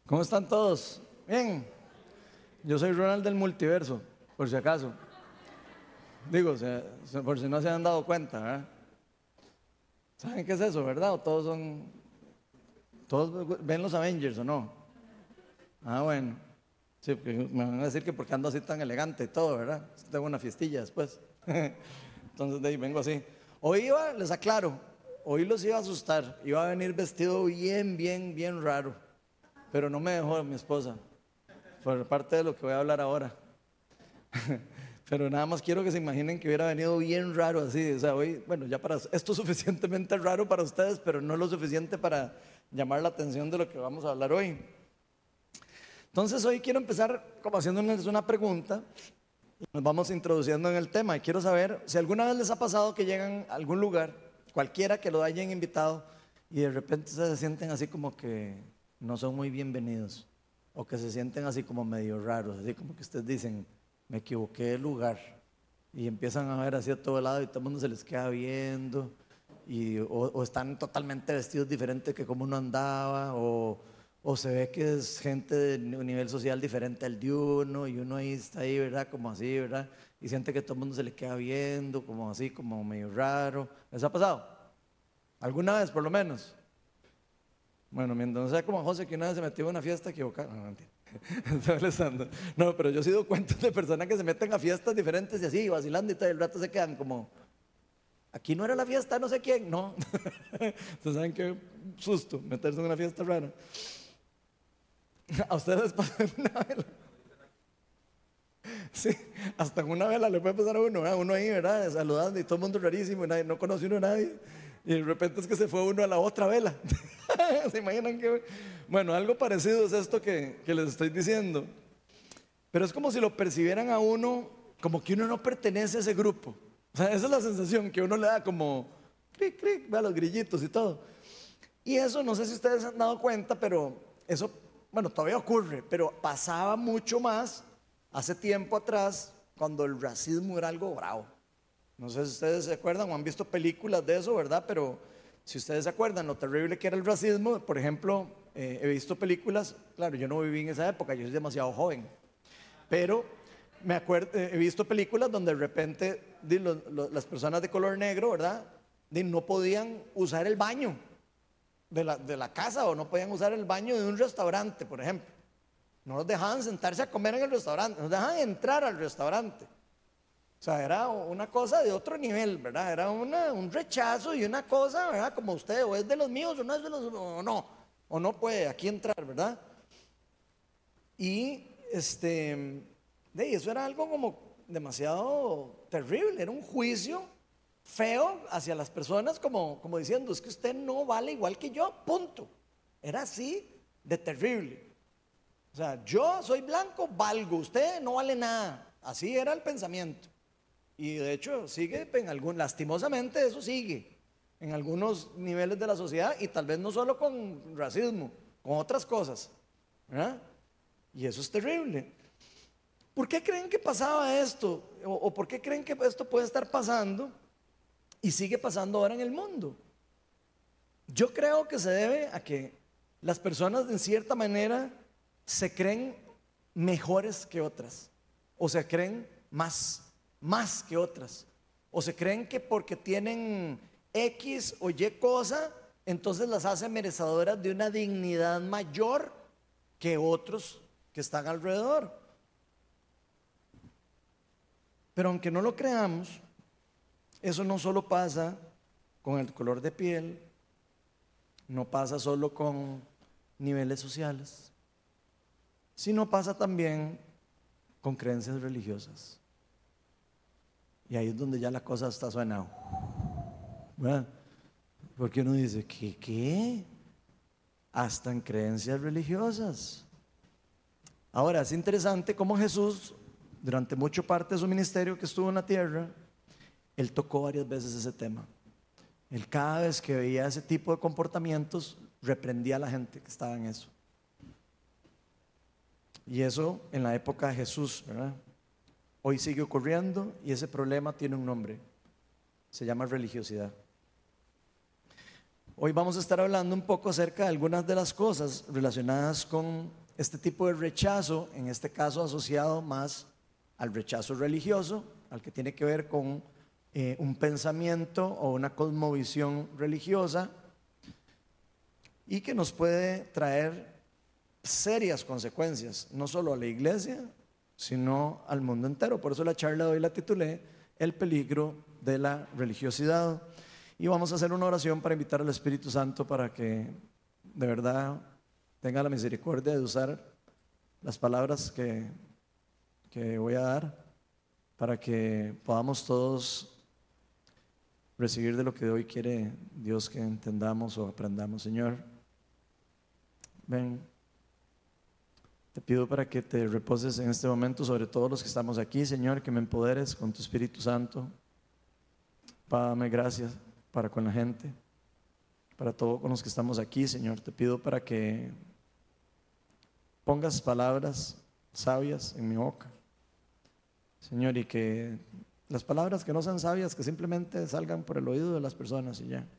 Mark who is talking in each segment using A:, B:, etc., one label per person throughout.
A: ¿Cómo están todos? Bien. Yo soy Ronald del Multiverso, por si acaso. Digo, por si no se han dado cuenta, ¿verdad? ¿Saben qué es eso, verdad? ¿O todos ven los Avengers o no? Ah, bueno. Sí, porque me van a decir que porque ando así tan elegante y todo, ¿verdad? Tengo una fiestilla después. Entonces de ahí vengo así. Les aclaro, hoy los iba a asustar. Iba a venir vestido bien raro. Pero no me dejó mi esposa, por parte de lo que voy a hablar ahora. Pero nada más quiero que se imaginen que hubiera venido bien raro así. O sea, hoy, bueno, ya para esto es suficientemente raro para ustedes, pero no lo suficiente para llamar la atención de lo que vamos a hablar hoy. Entonces hoy quiero empezar como haciéndoles una pregunta. Nos vamos introduciendo en el tema y quiero saber si alguna vez les ha pasado que llegan a algún lugar, cualquiera que lo hayan invitado, y de repente se sienten así como que no son muy bienvenidos, o que se sienten así como medio raros, así como que ustedes dicen, me equivoqué de lugar, y empiezan a ver hacia todo lado y todo el mundo se les queda viendo, o están totalmente vestidos diferentes que como uno andaba, o se ve que es gente de un nivel social diferente al de uno, y uno ahí está ahí, ¿verdad? Como así, ¿verdad? Y siente que todo el mundo se le queda viendo, como así, como medio raro. ¿Les ha pasado? ¿Alguna vez por lo menos? Bueno, mientras no sea como José, que una vez se metió en una fiesta equivocada. No, mentira. Estoy molestando. No, pero yo he sido cuentos de personas que se meten a fiestas diferentes y así, vacilando y todo, y el rato se quedan como, aquí no era la fiesta, no sé quién, no. Ustedes saben qué susto meterse en una fiesta rara. A ustedes les pasa en una vela. Sí, hasta en una vela le puede pasar a uno, ¿verdad? Uno ahí, ¿verdad? Saludando y todo el mundo rarísimo, y no conoce uno a nadie. Y de repente es que se fue uno a la otra vela. ¿Se imaginan que? Bueno, algo parecido es esto que les estoy diciendo. Pero es como si lo percibieran a uno como que uno no pertenece a ese grupo. O sea, esa es la sensación que uno le da como cric, cric, vea los grillitos y todo. Y eso, no sé si ustedes se han dado cuenta, pero eso, bueno, todavía ocurre, pero pasaba mucho más hace tiempo atrás cuando el racismo era algo bravo. No sé si ustedes se acuerdan o han visto películas de eso, ¿verdad? Pero si ustedes se acuerdan lo terrible que era el racismo, por ejemplo, he visto películas, claro, yo no viví en esa época, yo soy demasiado joven, pero me acuerdo, he visto películas donde de repente las personas de color negro, ¿verdad? No podían usar el baño de la casa, o no podían usar el baño de un restaurante, por ejemplo. No los dejaban sentarse a comer en el restaurante, no los dejaban entrar al restaurante. O sea, era una cosa de otro nivel, ¿verdad? Era un rechazo y una cosa, ¿verdad? Como usted, o es de los míos, o no es de los, o no puede aquí entrar, ¿verdad? Y eso era algo como demasiado terrible, era un juicio feo hacia las personas, como diciendo, es que usted no vale igual que yo, punto. Era así de terrible. O sea, yo soy blanco, valgo, usted no vale nada. Así era el pensamiento. Y de hecho sigue, lastimosamente eso sigue en algunos niveles de la sociedad, y tal vez no solo con racismo, con otras cosas, ¿verdad? Y eso es terrible. ¿Por qué creen que pasaba esto? ¿O por qué creen que esto puede estar pasando y sigue pasando ahora en el mundo? Yo creo que se debe a que las personas en cierta manera se creen mejores que otras, o se creen más que otras, o se creen que porque tienen X o Y cosa, entonces las hace merecedoras de una dignidad mayor que otros que están alrededor. Pero aunque no lo creamos, eso no solo pasa con el color de piel, no pasa solo con niveles sociales, sino pasa también con creencias religiosas. Y ahí es donde ya la cosa está suena, ¿verdad? Porque uno dice, ¿qué? Hasta en creencias religiosas. Ahora, es interesante cómo Jesús, durante mucha parte de su ministerio que estuvo en la tierra, Él tocó varias veces ese tema. Él, cada vez que veía ese tipo de comportamientos, reprendía a la gente que estaba en eso. Y eso en la época de Jesús, ¿verdad? Hoy sigue ocurriendo y ese problema tiene un nombre. Se llama religiosidad. Hoy vamos a estar hablando un poco acerca de algunas de las cosas relacionadas con este tipo de rechazo, en este caso asociado más al rechazo religioso, al que tiene que ver con un pensamiento o una cosmovisión religiosa y que nos puede traer serias consecuencias, no solo a la iglesia, sino al mundo entero. Por eso la charla de hoy la titulé El peligro de la religiosidad. Y vamos a hacer una oración para invitar al Espíritu Santo para que de verdad tenga la misericordia de usar las palabras que voy a dar, para que podamos todos recibir de lo que hoy quiere Dios que entendamos o aprendamos. Señor, ven, te pido para que te reposes en este momento sobre todos los que estamos aquí, Señor, que me empoderes con tu Espíritu Santo. Dame gracias para con la gente, para todos con los que estamos aquí, Señor. Te pido para que pongas palabras sabias en mi boca, Señor, y que las palabras que no sean sabias, que simplemente salgan por el oído de las personas y ya.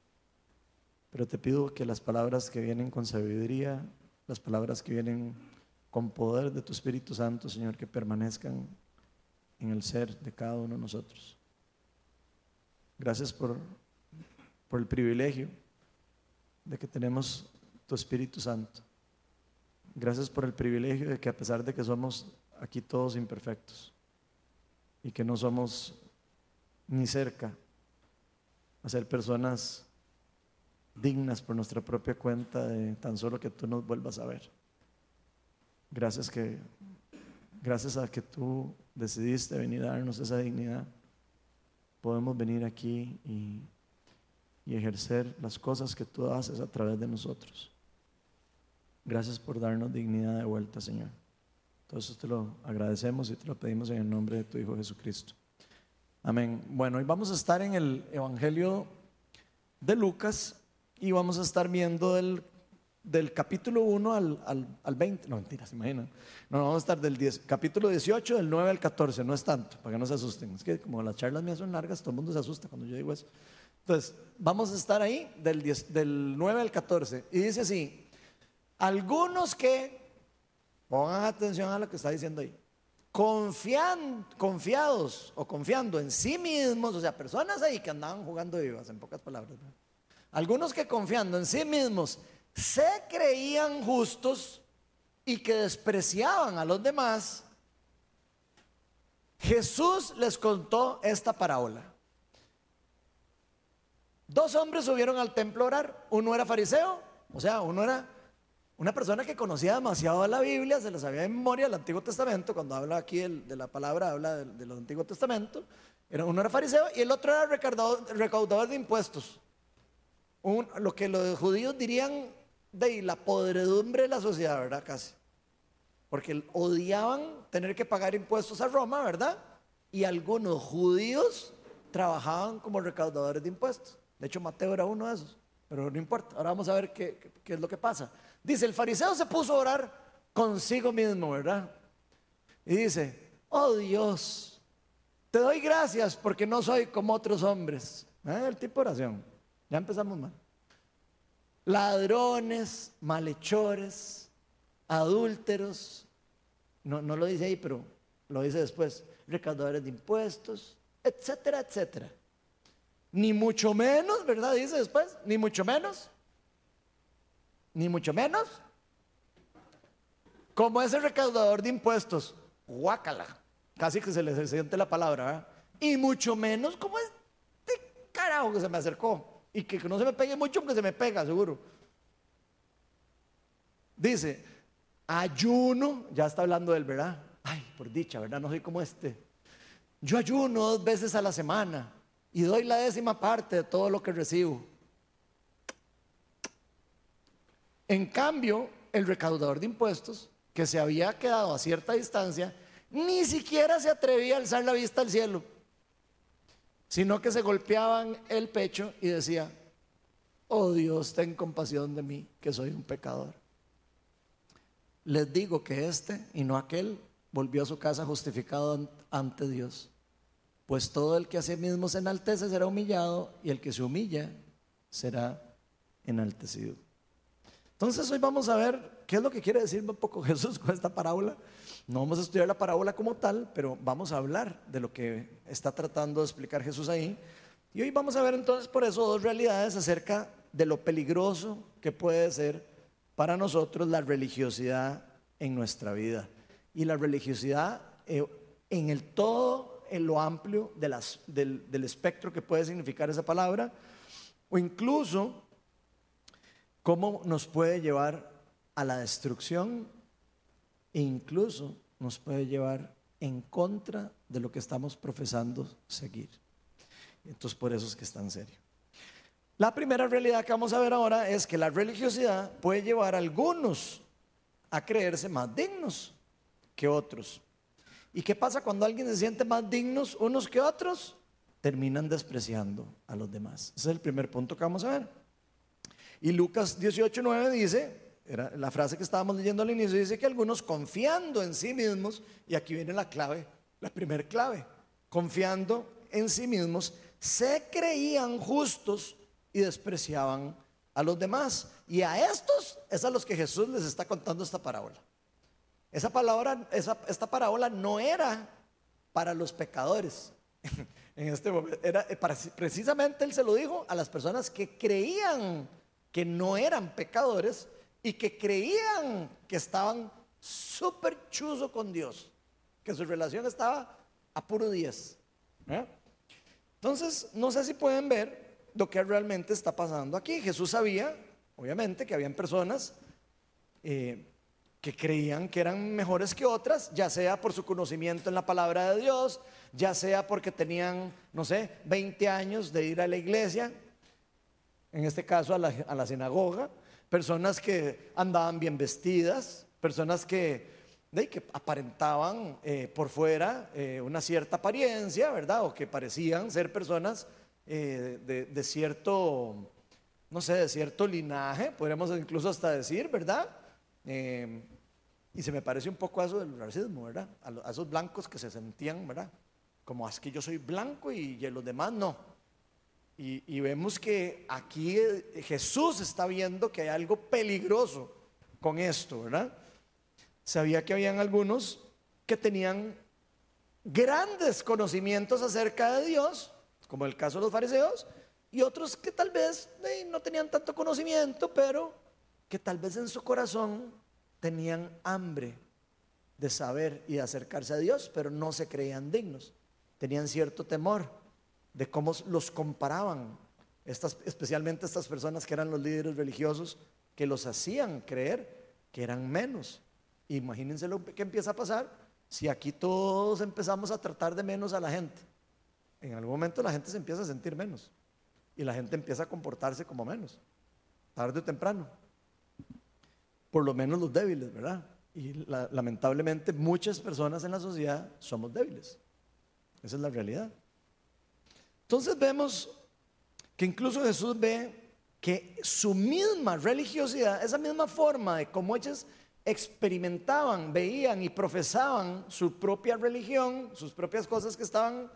A: Pero te pido que las palabras que vienen con sabiduría, las palabras que vienen con poder de tu Espíritu Santo, Señor, que permanezcan en el ser de cada uno de nosotros. Gracias por el privilegio de que tenemos tu Espíritu Santo. Gracias por el privilegio de que, a pesar de que somos aquí todos imperfectos y que no somos ni cerca a ser personas dignas por nuestra propia cuenta, de tan solo que tú nos vuelvas a ver. Gracias a que tú decidiste venir a darnos esa dignidad, podemos venir aquí y ejercer las cosas que tú haces a través de nosotros. Gracias por darnos dignidad de vuelta, Señor. Todo eso te lo agradecemos y te lo pedimos en el nombre de tu Hijo Jesucristo. Amén. Bueno, hoy vamos a estar en el Evangelio de Lucas y vamos a estar viendo del capítulo 1 al 20. No, mentira, se imaginan. No, vamos a estar del capítulo 18, del 9 al 14. No es tanto, para que no se asusten. Es que como las charlas mías son largas, todo el mundo se asusta cuando yo digo eso. Entonces, vamos a estar ahí del 9 al 14. Y dice así: algunos que, pongan atención a lo que está diciendo ahí, confiados o confiando en sí mismos, o sea, personas ahí que andaban jugando vivas, en pocas palabras, ¿verdad? Algunos que confiando en sí mismos se creían justos y que despreciaban a los demás, Jesús les contó esta parábola. Dos hombres subieron al templo a orar. Uno era fariseo, o sea, uno era una persona que conocía demasiado la Biblia, se la sabía de memoria el Antiguo Testamento. Cuando habla aquí de la palabra, habla del Antiguo Testamento. Uno era fariseo y el otro era recaudador de impuestos. Lo que los judíos dirían de la podredumbre de la sociedad, ¿verdad? Casi. Porque odiaban tener que pagar impuestos a Roma, ¿verdad? Y algunos judíos trabajaban como recaudadores de impuestos. De hecho, Mateo era uno de esos, pero no importa. Ahora vamos a ver qué es lo que pasa. Dice, el fariseo se puso a orar consigo mismo, ¿verdad? Y dice, oh Dios, te doy gracias porque no soy como otros hombres. El tipo de oración. Ya empezamos mal. Ladrones, malhechores, adúlteros. No lo dice ahí, pero lo dice después. Recaudadores de impuestos, etcétera, etcétera. Ni mucho menos, ¿verdad? Dice después, ni mucho menos como ese recaudador de impuestos. Guácala, casi que se le siente la palabra, ¿verdad? Y mucho menos como este carajo que se me acercó. Y que no se me pegue mucho, porque se me pega, seguro. Dice, ayuno, ya está hablando de él, ¿verdad? Ay, por dicha, ¿verdad? No soy como este. Yo ayuno 2 veces a la semana y doy la 10ª parte de todo lo que recibo. En cambio, el recaudador de impuestos, que se había quedado a cierta distancia, ni siquiera se atrevía a alzar la vista al cielo, sino que se golpeaban el pecho y decía, oh Dios, ten compasión de mí, que soy un pecador. Les digo que este y no aquel volvió a su casa justificado ante Dios, pues todo el que a sí mismo se enaltece será humillado, y el que se humilla será enaltecido. Entonces hoy vamos a ver qué es lo que quiere decir un poco Jesús con esta parábola. No vamos a estudiar la parábola como tal, pero vamos a hablar de lo que está tratando de explicar Jesús ahí. Y hoy vamos a ver entonces por eso dos realidades acerca de lo peligroso que puede ser para nosotros la religiosidad en nuestra vida. Y la religiosidad en el todo, en lo amplio del espectro que puede significar esa palabra, o incluso cómo nos puede llevar a la destrucción e incluso nos puede llevar en contra de lo que estamos profesando seguir. Entonces por eso es que es tan serio. La primera realidad que vamos a ver ahora es que la religiosidad puede llevar a algunos a creerse más dignos que otros. ¿Y qué pasa cuando alguien se siente más dignos unos que otros? Terminan despreciando a los demás. Ese es el primer punto que vamos a ver. Y Lucas 18:9 dice, era la frase que estábamos leyendo al inicio, dice que algunos confiando en sí mismos, y aquí viene la clave, la primer clave, confiando en sí mismos, se creían justos y despreciaban a los demás. Y a estos es a los que Jesús les está contando esta parábola. Esta parábola no era para los pecadores. En este momento, precisamente él se lo dijo a las personas que creían que no eran pecadores y que creían que estaban súper chuzo con Dios, que su relación estaba a puro 10. Entonces, no sé si pueden ver lo que realmente está pasando aquí. Jesús sabía, obviamente, que habían personas que creían que eran mejores que otras, ya sea por su conocimiento en la palabra de Dios, ya sea porque tenían, no sé, 20 años de ir a la iglesia, en este caso a la sinagoga, personas que andaban bien vestidas, personas que aparentaban por fuera una cierta apariencia, ¿verdad? O que parecían ser personas de cierto, no sé, de cierto linaje, podríamos incluso hasta decir, ¿verdad? Y se me parece un poco a eso del racismo, ¿verdad? A esos blancos que se sentían, ¿verdad? Como es que yo soy blanco y los demás no. Y vemos que aquí Jesús está viendo que hay algo peligroso con esto, ¿verdad? Sabía que habían algunos que tenían grandes conocimientos acerca de Dios, como el caso de los fariseos, y otros que tal vez no tenían tanto conocimiento, pero que tal vez en su corazón tenían hambre de saber y de acercarse a Dios, pero no se creían dignos, tenían cierto temor de cómo los comparaban, especialmente estas personas que eran los líderes religiosos, que los hacían creer que eran menos. Imagínense lo que empieza a pasar si aquí todos empezamos a tratar de menos a la gente. En algún momento la gente se empieza a sentir menos y la gente empieza a comportarse como menos, tarde o temprano. Por lo menos los débiles, ¿verdad? Y lamentablemente muchas personas en la sociedad somos débiles. Esa es la realidad. Entonces vemos que incluso Jesús ve que su misma religiosidad, esa misma forma de cómo ellos experimentaban, veían y profesaban su propia religión, sus propias cosas que estaban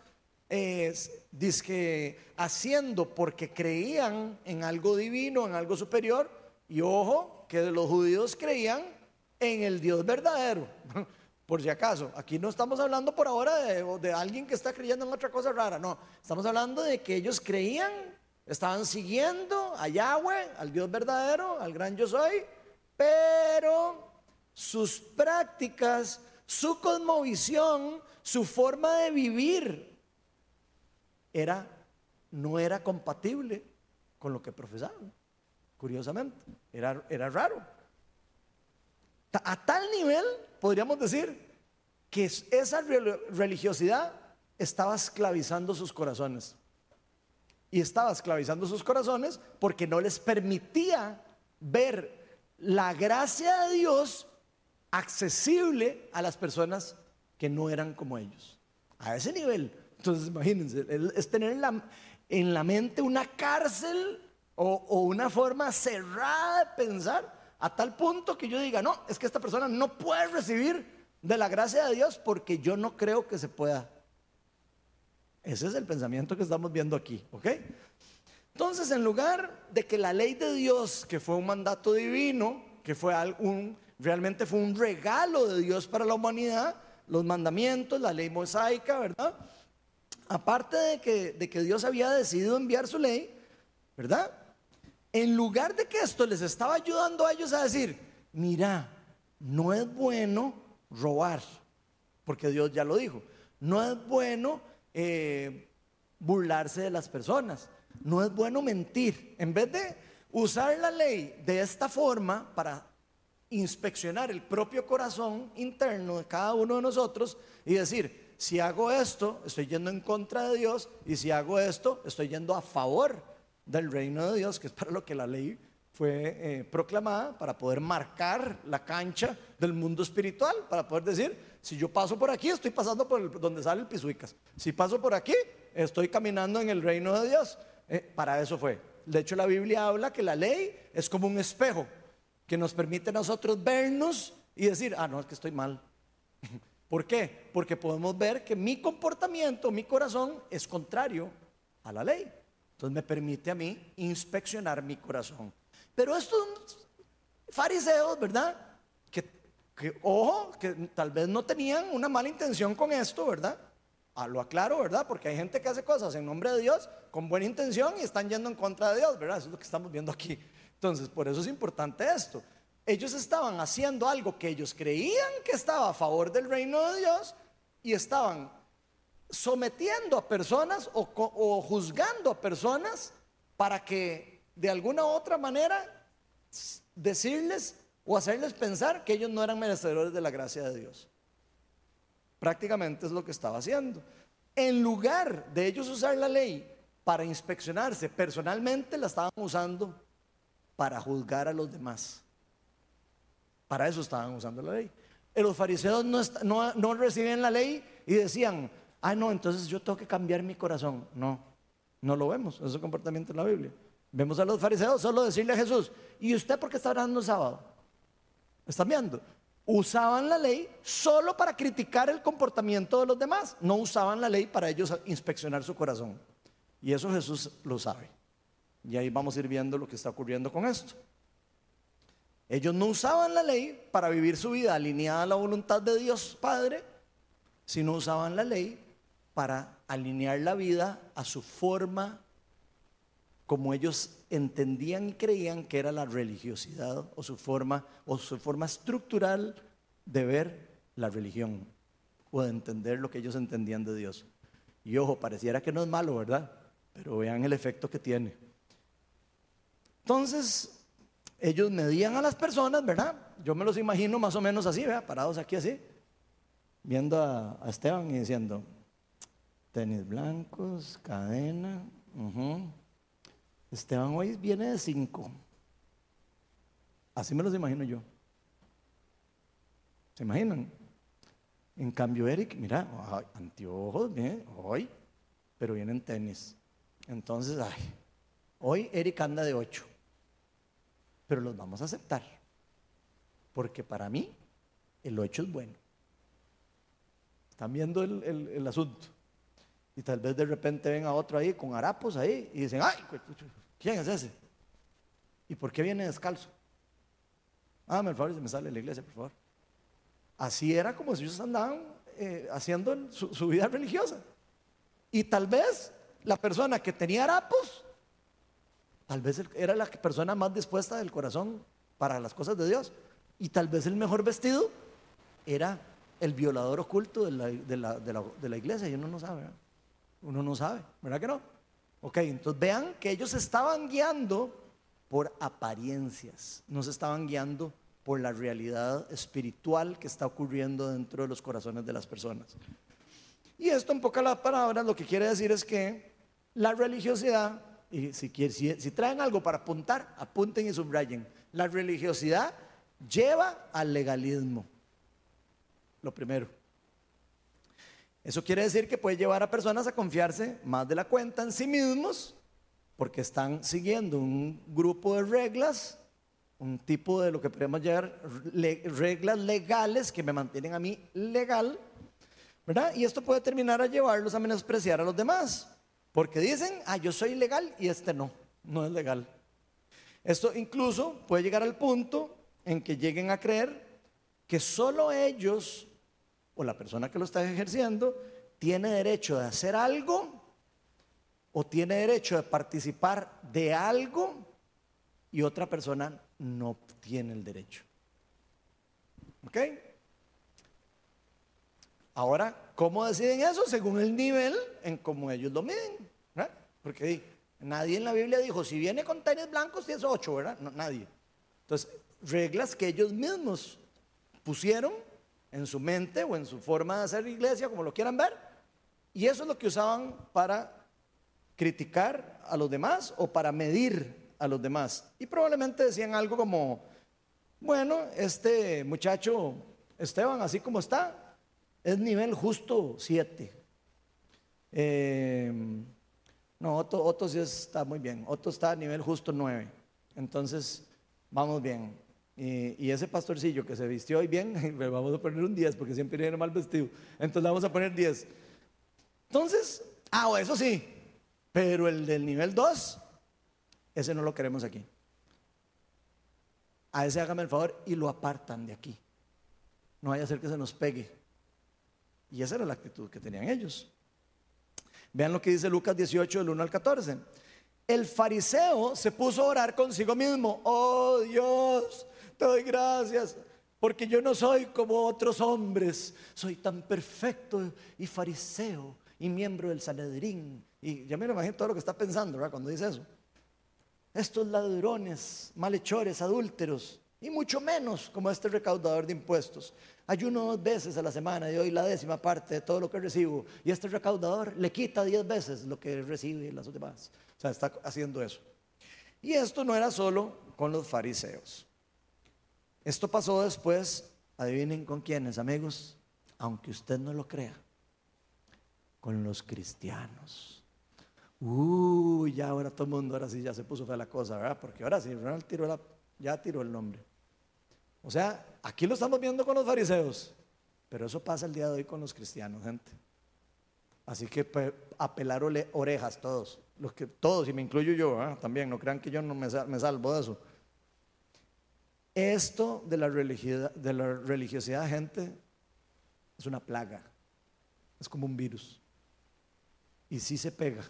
A: haciendo porque creían en algo divino, en algo superior. Y ojo, que los judíos creían en el Dios verdadero. Por si acaso, aquí no estamos hablando por ahora de alguien que está creyendo en otra cosa rara, no, estamos hablando de que ellos creían, estaban siguiendo a Yahweh, al Dios verdadero, al gran yo soy, pero sus prácticas, su cosmovisión, su forma de vivir no era compatible con lo que profesaban. Curiosamente, era raro. A tal nivel, podríamos decir, que esa religiosidad estaba esclavizando sus corazones. Y estaba esclavizando sus corazones porque no les permitía ver la gracia de Dios accesible a las personas que no eran como ellos. A ese nivel. Entonces, imagínense, es tener en la mente una cárcel o una forma cerrada de pensar, a tal punto que yo diga, no, es que esta persona no puede recibir de la gracia de Dios porque yo no creo que se pueda. Ese es el pensamiento que estamos viendo aquí, ¿ok? Entonces, en lugar de que la ley de Dios, que fue un mandato divino, que fue realmente fue un regalo de Dios para la humanidad, los mandamientos, la ley mosaica, ¿verdad? Aparte de que Dios había decidido enviar su ley, ¿verdad? En lugar de que esto les estaba ayudando a ellos a decir, mira, no es bueno robar, porque Dios ya lo dijo, no es bueno burlarse de las personas, no es bueno mentir. En vez de usar la ley de esta forma para inspeccionar el propio corazón interno de cada uno de nosotros y decir, si hago esto, estoy yendo en contra de Dios, y si hago esto, estoy yendo a favor del reino de Dios, que es para lo que la ley fue proclamada, para poder marcar la cancha del mundo espiritual, para poder decir, si yo paso por aquí, estoy pasando por donde sale el Pisuicas, si paso por aquí, estoy caminando en el reino de Dios. Para eso fue. De hecho, la Biblia habla que la ley es como un espejo que nos permite a nosotros vernos y decir, no, es que estoy mal. ¿Por qué? Porque podemos ver que mi comportamiento, mi corazón es contrario a la ley. Entonces me permite a mí inspeccionar mi corazón. Pero estos fariseos, ¿verdad? Ojo, que tal vez no tenían una mala intención con esto, ¿verdad? Lo aclaro, ¿verdad? Porque hay gente que hace cosas en nombre de Dios con buena intención y están yendo en contra de Dios, ¿verdad? Eso es lo que estamos viendo aquí. Entonces, por eso es importante esto. Ellos estaban haciendo algo que ellos creían que estaba a favor del reino de Dios y estaban sometiendo a personas o juzgando a personas para que de alguna u otra manera decirles o hacerles pensar que ellos no eran merecedores de la gracia de Dios. Prácticamente es lo que estaba haciendo. En lugar de ellos usar la ley para inspeccionarse personalmente, la estaban usando para juzgar a los demás. Para eso estaban usando la ley. Los fariseos no reciben la ley y decían, no, entonces yo tengo que cambiar mi corazón. No lo vemos, ese comportamiento en la Biblia. Vemos a los fariseos solo decirle a Jesús, ¿y usted por qué está orando sábado? ¿Están viendo? Usaban la ley solo para criticar el comportamiento de los demás. No usaban la ley para ellos inspeccionar su corazón. Y eso Jesús lo sabe. Y ahí vamos a ir viendo lo que está ocurriendo con esto. Ellos no usaban la ley para vivir su vida alineada a la voluntad de Dios Padre, sino usaban la ley para alinear la vida a su forma, como ellos entendían y creían que era la religiosidad o su forma estructural de ver la religión o de entender lo que ellos entendían de Dios. Y ojo, pareciera que no es malo, ¿verdad? Pero vean el efecto que tiene. Entonces, ellos medían a las personas, ¿verdad? Yo me los imagino más o menos así, ¿verdad? Parados aquí así, viendo a Esteban y diciendo, tenis blancos, cadena, Esteban hoy viene de 5. Así me los imagino yo. ¿Se imaginan? En cambio Eric, mira, anteojos, bien, hoy, pero viene en tenis. Entonces, hoy Eric anda de 8. Pero los vamos a aceptar, porque para mí el 8 es bueno. Están viendo el asunto. Y tal vez de repente ven a otro ahí con harapos ahí y dicen, ¿quién es ese? ¿Y por qué viene descalzo? Por favor, se me sale de la iglesia, por favor. Así era como si ellos andaban haciendo su vida religiosa. Y tal vez la persona que tenía harapos, tal vez era la persona más dispuesta del corazón para las cosas de Dios. Y tal vez el mejor vestido era el violador oculto de la iglesia. Y uno no sabe, ¿verdad? Uno no sabe, ¿verdad que no? Ok, entonces vean que ellos estaban guiando por apariencias, no se estaban guiando por la realidad espiritual que está ocurriendo dentro de los corazones de las personas. Y esto en pocas palabras lo que quiere decir es que la religiosidad, y si traen algo para apuntar, apunten y subrayen, la religiosidad lleva al legalismo, lo primero. Eso quiere decir que puede llevar a personas a confiarse más de la cuenta en sí mismos, porque están siguiendo un grupo de reglas, un tipo de lo que podemos llamar reglas legales que me mantienen a mí legal, ¿verdad? Y esto puede terminar a llevarlos a menospreciar a los demás, porque dicen, yo soy legal y este no. no es legal. Esto incluso puede llegar al punto en que lleguen a creer que solo ellos o la persona que lo está ejerciendo tiene derecho de hacer algo o tiene derecho de participar de algo y otra persona no tiene el derecho. ¿Ok? Ahora, ¿cómo deciden eso? Según el nivel en cómo ellos lo miden, ¿verdad? Porque nadie en la Biblia dijo, si viene con tenis blancos tienes 8, ¿verdad? No, nadie. Entonces, reglas que ellos mismos pusieron en su mente o en su forma de hacer iglesia, como lo quieran ver, y eso es lo que usaban para criticar a los demás o para medir a los demás. Y probablemente decían algo como, bueno, este muchacho Esteban, así como está, es nivel justo 7. No, Otto sí está muy bien. Otto está a nivel justo 9. Entonces, vamos bien. Y ese pastorcillo que se vistió hoy bien, le vamos a poner un 10 porque siempre viene mal vestido. Entonces le vamos a poner 10. Entonces, eso sí, pero el del nivel 2, ese no lo queremos aquí. A ese hágame el favor y lo apartan de aquí. No vaya a ser que se nos pegue. Y esa era la actitud que tenían ellos. Vean lo que dice Lucas 18, del 1 al 14. El fariseo se puso a orar consigo mismo. Oh Dios, te doy gracias, porque yo no soy como otros hombres. Soy tan perfecto y fariseo y miembro del Sanedrín. Y ya me lo imagino todo lo que está pensando, ¿verdad? Cuando dice eso. Estos ladrones, malhechores, adúlteros, y mucho menos como este recaudador de impuestos. Ayuno 2 veces a la semana y doy la 10ª parte de todo lo que recibo. Y este recaudador le quita 10 veces lo que recibe y las demás. O sea, está haciendo eso. Y esto no era solo con los fariseos. Esto pasó después, adivinen con quiénes, amigos, aunque usted no lo crea, con los cristianos. Ya ahora todo el mundo, ahora sí ya se puso fea la cosa, ¿verdad? Porque ahora sí, Ronald ya tiró el nombre. O sea, aquí lo estamos viendo con los fariseos, pero eso pasa el día de hoy con los cristianos, gente. Así que a pelar orejas todos, todos, y me incluyo yo, también, no crean que yo no me salvo de eso. Esto de la religiosidad, gente, es una plaga, es como un virus. Y sí se pega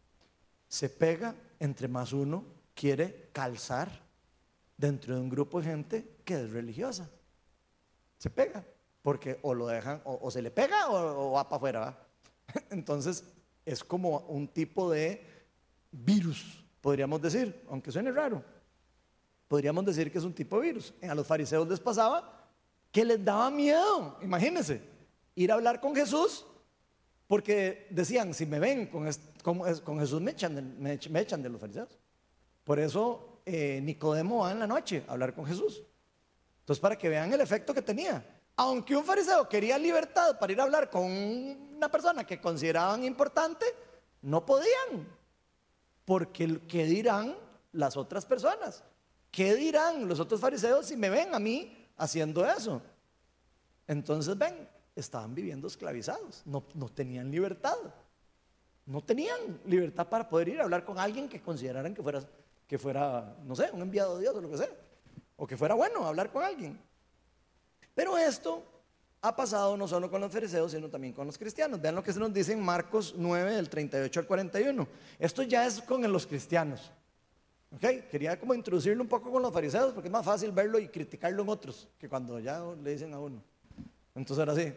A: entre más uno quiere calzar dentro de un grupo de gente que es religiosa. Se pega, porque o lo dejan, o se le pega o va para afuera, ¿va? Entonces es como un tipo de virus, podríamos decir, aunque suene raro. Podríamos decir que es un tipo de virus. A los fariseos les pasaba que les daba miedo, imagínense, ir a hablar con Jesús, porque decían, si me ven con Jesús me echan de los fariseos. Por eso Nicodemo va en la noche a hablar con Jesús. Entonces, para que vean el efecto que tenía. Aunque un fariseo quería libertad para ir a hablar con una persona que consideraban importante, no podían. Porque ¿qué dirán las otras personas? ¿Qué dirán los otros fariseos si me ven a mí haciendo eso? Entonces estaban viviendo esclavizados, no tenían libertad. No tenían libertad para poder ir a hablar con alguien que consideraran que fuera, no sé, un enviado de Dios o lo que sea, o que fuera bueno hablar con alguien. Pero esto ha pasado no solo con los fariseos, sino también con los cristianos. Vean lo que se nos dice en Marcos 9, del 38 al 41. Esto ya es con los cristianos. ¿Ok? Quería como introducirlo un poco con los fariseos, porque es más fácil verlo y criticarlo en otros, que cuando ya le dicen a uno. Entonces ahora sí,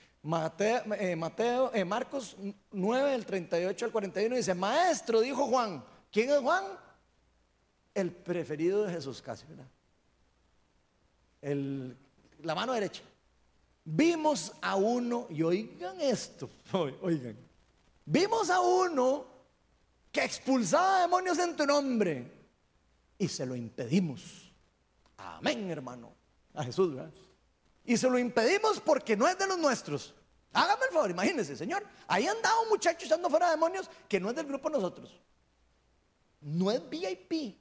A: Marcos 9, del 38 al 41 dice: Maestro, dijo Juan. ¿Quién es Juan? El preferido de Jesús, casi, ¿verdad? La mano derecha. Vimos a uno, y oigan esto, oigan, vimos a uno que expulsaba demonios en tu nombre y se lo impedimos. Amén, hermano. A Jesús, ¿verdad? Y se lo impedimos porque no es de los nuestros. Hágame el favor, imagínense, Señor, ahí andaba un muchacho echando fuera demonios que no es del grupo de nosotros. No es VIP.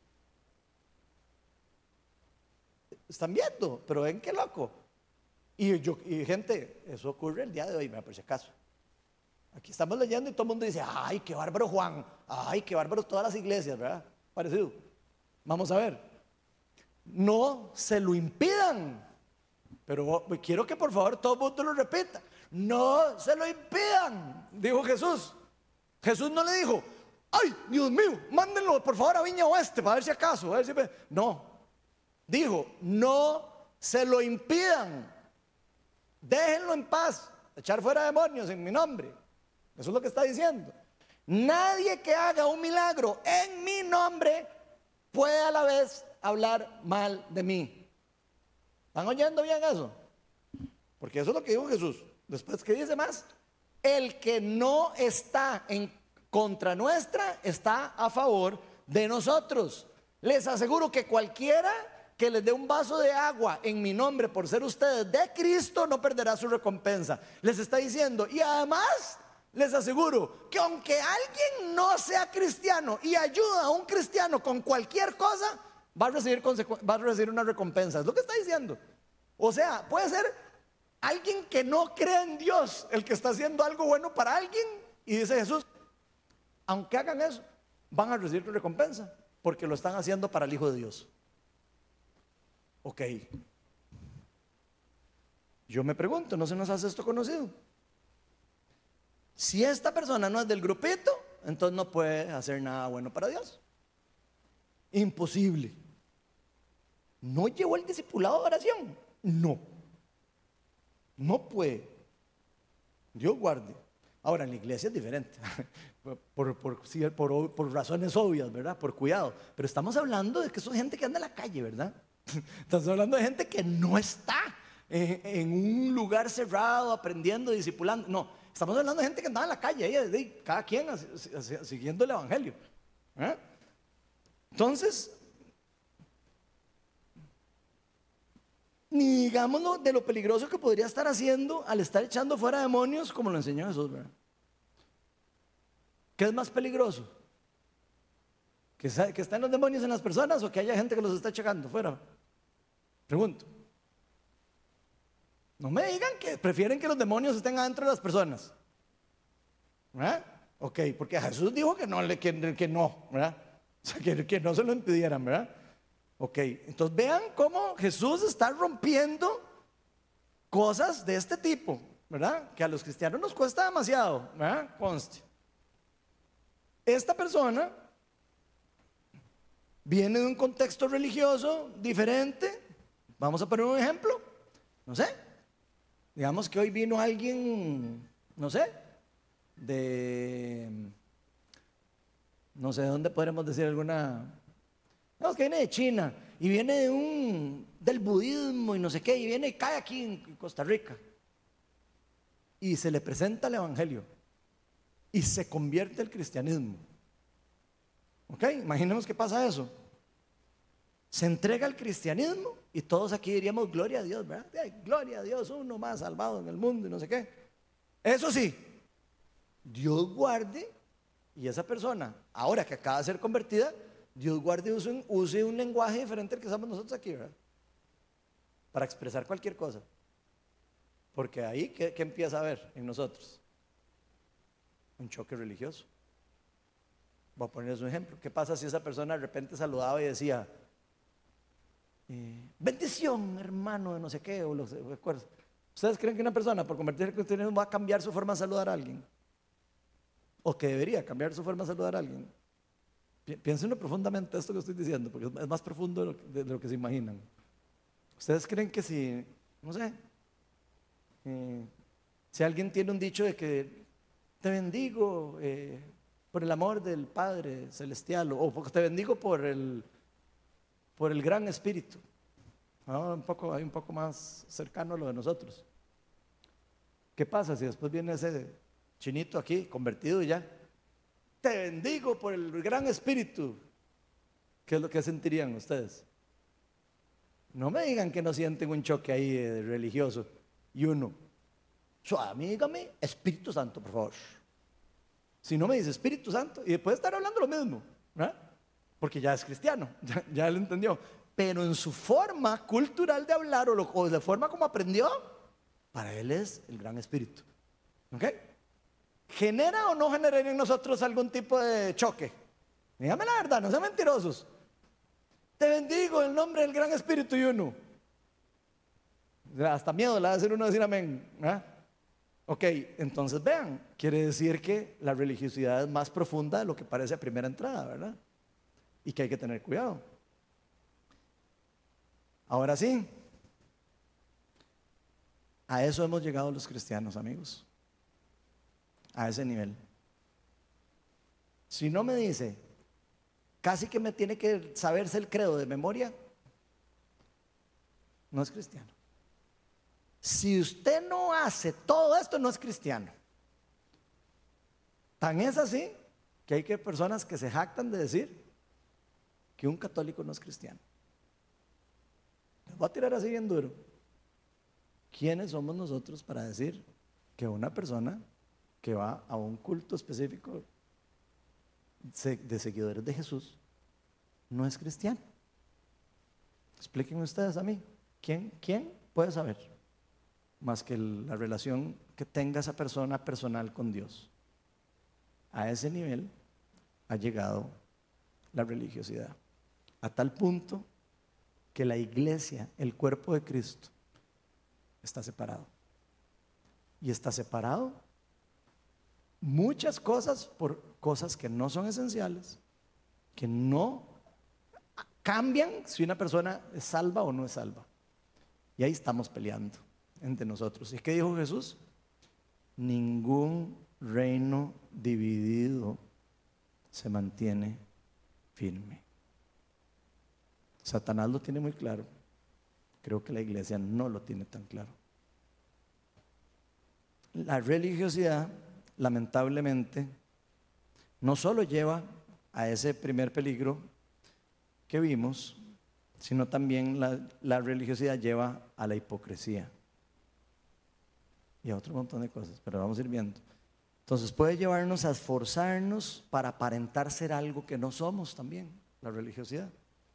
A: Están viendo, pero ven qué loco. Y gente, eso ocurre el día de hoy, por si acaso. Aquí estamos leyendo y todo el mundo dice: ay, qué bárbaro Juan, ay, qué bárbaro todas las iglesias, ¿verdad? parecido. Vamos a ver. No se lo impidan. Pero quiero que por favor todo el mundo lo repita. No se lo impidan, dijo Jesús. Jesús no le dijo: ay, Dios mío, mándenlo por favor a Viña Oeste para ver si acaso. No, dijo: no se lo impidan. Déjenlo en paz. Echar fuera demonios en mi nombre. Eso es lo que está diciendo. Nadie que haga un milagro en mi nombre puede a la vez hablar mal de mí. ¿Están oyendo bien eso? Porque eso es lo que dijo Jesús. Después, ¿qué dice más? El que no está en contra nuestra está a favor de nosotros. Les aseguro que cualquiera que les dé un vaso de agua en mi nombre por ser ustedes de Cristo no perderá su recompensa. Les está diciendo, y además les aseguro que aunque alguien no sea cristiano y ayuda a un cristiano con cualquier cosa, va a recibir una recompensa. Es lo que está diciendo. O sea, puede ser alguien que no cree en Dios el que está haciendo algo bueno para alguien, y dice Jesús, aunque hagan eso, van a recibir recompensa porque lo están haciendo para el Hijo de Dios. Ok, yo me pregunto, ¿no se nos hace esto conocido? Si esta persona no es del grupito, entonces no puede hacer nada bueno para Dios. Imposible. ¿No llevó el discipulado de oración? No. No puede. Dios guarde. Ahora, en la iglesia es diferente. por razones obvias, ¿verdad? Por cuidado. Pero estamos hablando de que son gente que anda en la calle, ¿verdad? Estamos hablando de gente que no está en un lugar cerrado, aprendiendo, discipulando. No, estamos hablando de gente que anda en la calle, cada quien siguiendo el evangelio. Entonces, ni digámoslo de lo peligroso que podría estar haciendo al estar echando fuera demonios, como lo enseñó Jesús, ¿verdad? ¿Qué es más peligroso? ¿Que estén los demonios en las personas o que haya gente que los está echando fuera? Pregunto. No me digan que prefieren que los demonios estén adentro de las personas. ¿Verdad? Ok, porque Jesús dijo que no, ¿verdad? O sea, que no se lo impidieran, ¿verdad? Ok, entonces vean cómo Jesús está rompiendo cosas de este tipo, ¿verdad? Que a los cristianos nos cuesta demasiado, ¿verdad? Conste. Esta persona viene de un contexto religioso diferente. Vamos a poner un ejemplo. No sé, digamos que hoy vino alguien, no sé, no sé, ¿dónde podremos decir alguna? No, que viene de China y viene del budismo y no sé qué, y viene y cae aquí en Costa Rica y se le presenta el evangelio y se convierte al cristianismo. Ok, imaginemos que pasa eso. Se entrega al cristianismo y todos aquí diríamos gloria a Dios, ¿verdad? Ay, gloria a Dios, uno más salvado en el mundo y no sé qué. Eso sí, Dios guarde, y esa persona, ahora que acaba de ser convertida, Dios guarde use un lenguaje diferente al que usamos nosotros aquí, ¿verdad? Para expresar cualquier cosa. Porque ahí, ¿qué empieza a haber en nosotros? Un choque religioso. Voy a ponerles un ejemplo. ¿Qué pasa si esa persona de repente saludaba y decía, bendición, hermano, de no sé qué, o los recuerdos? ¿Ustedes creen que una persona por convertirse en cristianismo va a cambiar su forma de saludar a alguien? ¿O que debería cambiar su forma de saludar a alguien? Piénsenlo profundamente esto que estoy diciendo, porque es más profundo de lo que se imaginan. ¿Ustedes creen que si, no sé, si alguien tiene un dicho de que te bendigo por el amor del Padre Celestial, o te bendigo por el gran Espíritu, hay un poco más cercano a lo de nosotros? ¿Qué pasa si después viene ese chinito aquí, convertido y ya? Te bendigo por el gran Espíritu. ¿Qué es lo que sentirían ustedes? No me digan que no sienten un choque ahí religioso. Y uno, a mí dígame Espíritu Santo, por favor. Si no me dice Espíritu Santo, y después estar hablando lo mismo, ¿verdad? Porque ya es cristiano, ya lo entendió. Pero en su forma cultural de hablar o de forma como aprendió, para él es el gran Espíritu. ¿Ok? ¿Genera o no genera en nosotros algún tipo de choque? Dígame la verdad, no sean mentirosos. Te bendigo en el nombre del gran Espíritu y uno. Hasta miedo le va a hacer uno decir amén. ¿Ah? Ok, entonces vean, quiere decir que la religiosidad es más profunda de lo que parece a primera entrada, ¿verdad? Y que hay que tener cuidado. Ahora sí, a eso hemos llegado los cristianos, amigos. A ese nivel. Si no me dice, casi que me tiene que saberse el credo de memoria, no es cristiano. Si usted no hace todo esto, no es cristiano. Tan es así que hay personas que se jactan de decir que un católico no es cristiano. Les voy a tirar así bien duro. ¿Quiénes somos nosotros para decir que una persona que va a un culto específico de seguidores de Jesús no es cristiano? Explíquenme ustedes a mí. ¿Quién puede saber? Más que la relación que tenga esa persona personal con Dios. A ese nivel ha llegado la religiosidad. A tal punto que la iglesia, el cuerpo de Cristo, está separado. Y está separado muchas cosas por cosas que no son esenciales, que no cambian si una persona es salva o no es salva. Y ahí estamos peleando entre nosotros. ¿Y qué dijo Jesús? Ningún reino dividido se mantiene firme. Satanás lo tiene muy claro. Creo que la iglesia no lo tiene tan claro. La religiosidad, lamentablemente, no solo lleva a ese primer peligro que vimos, sino también la religiosidad lleva a la hipocresía y a otro montón de cosas, pero vamos a ir viendo. Entonces puede llevarnos a esforzarnos para aparentar ser algo que no somos también, la religiosidad.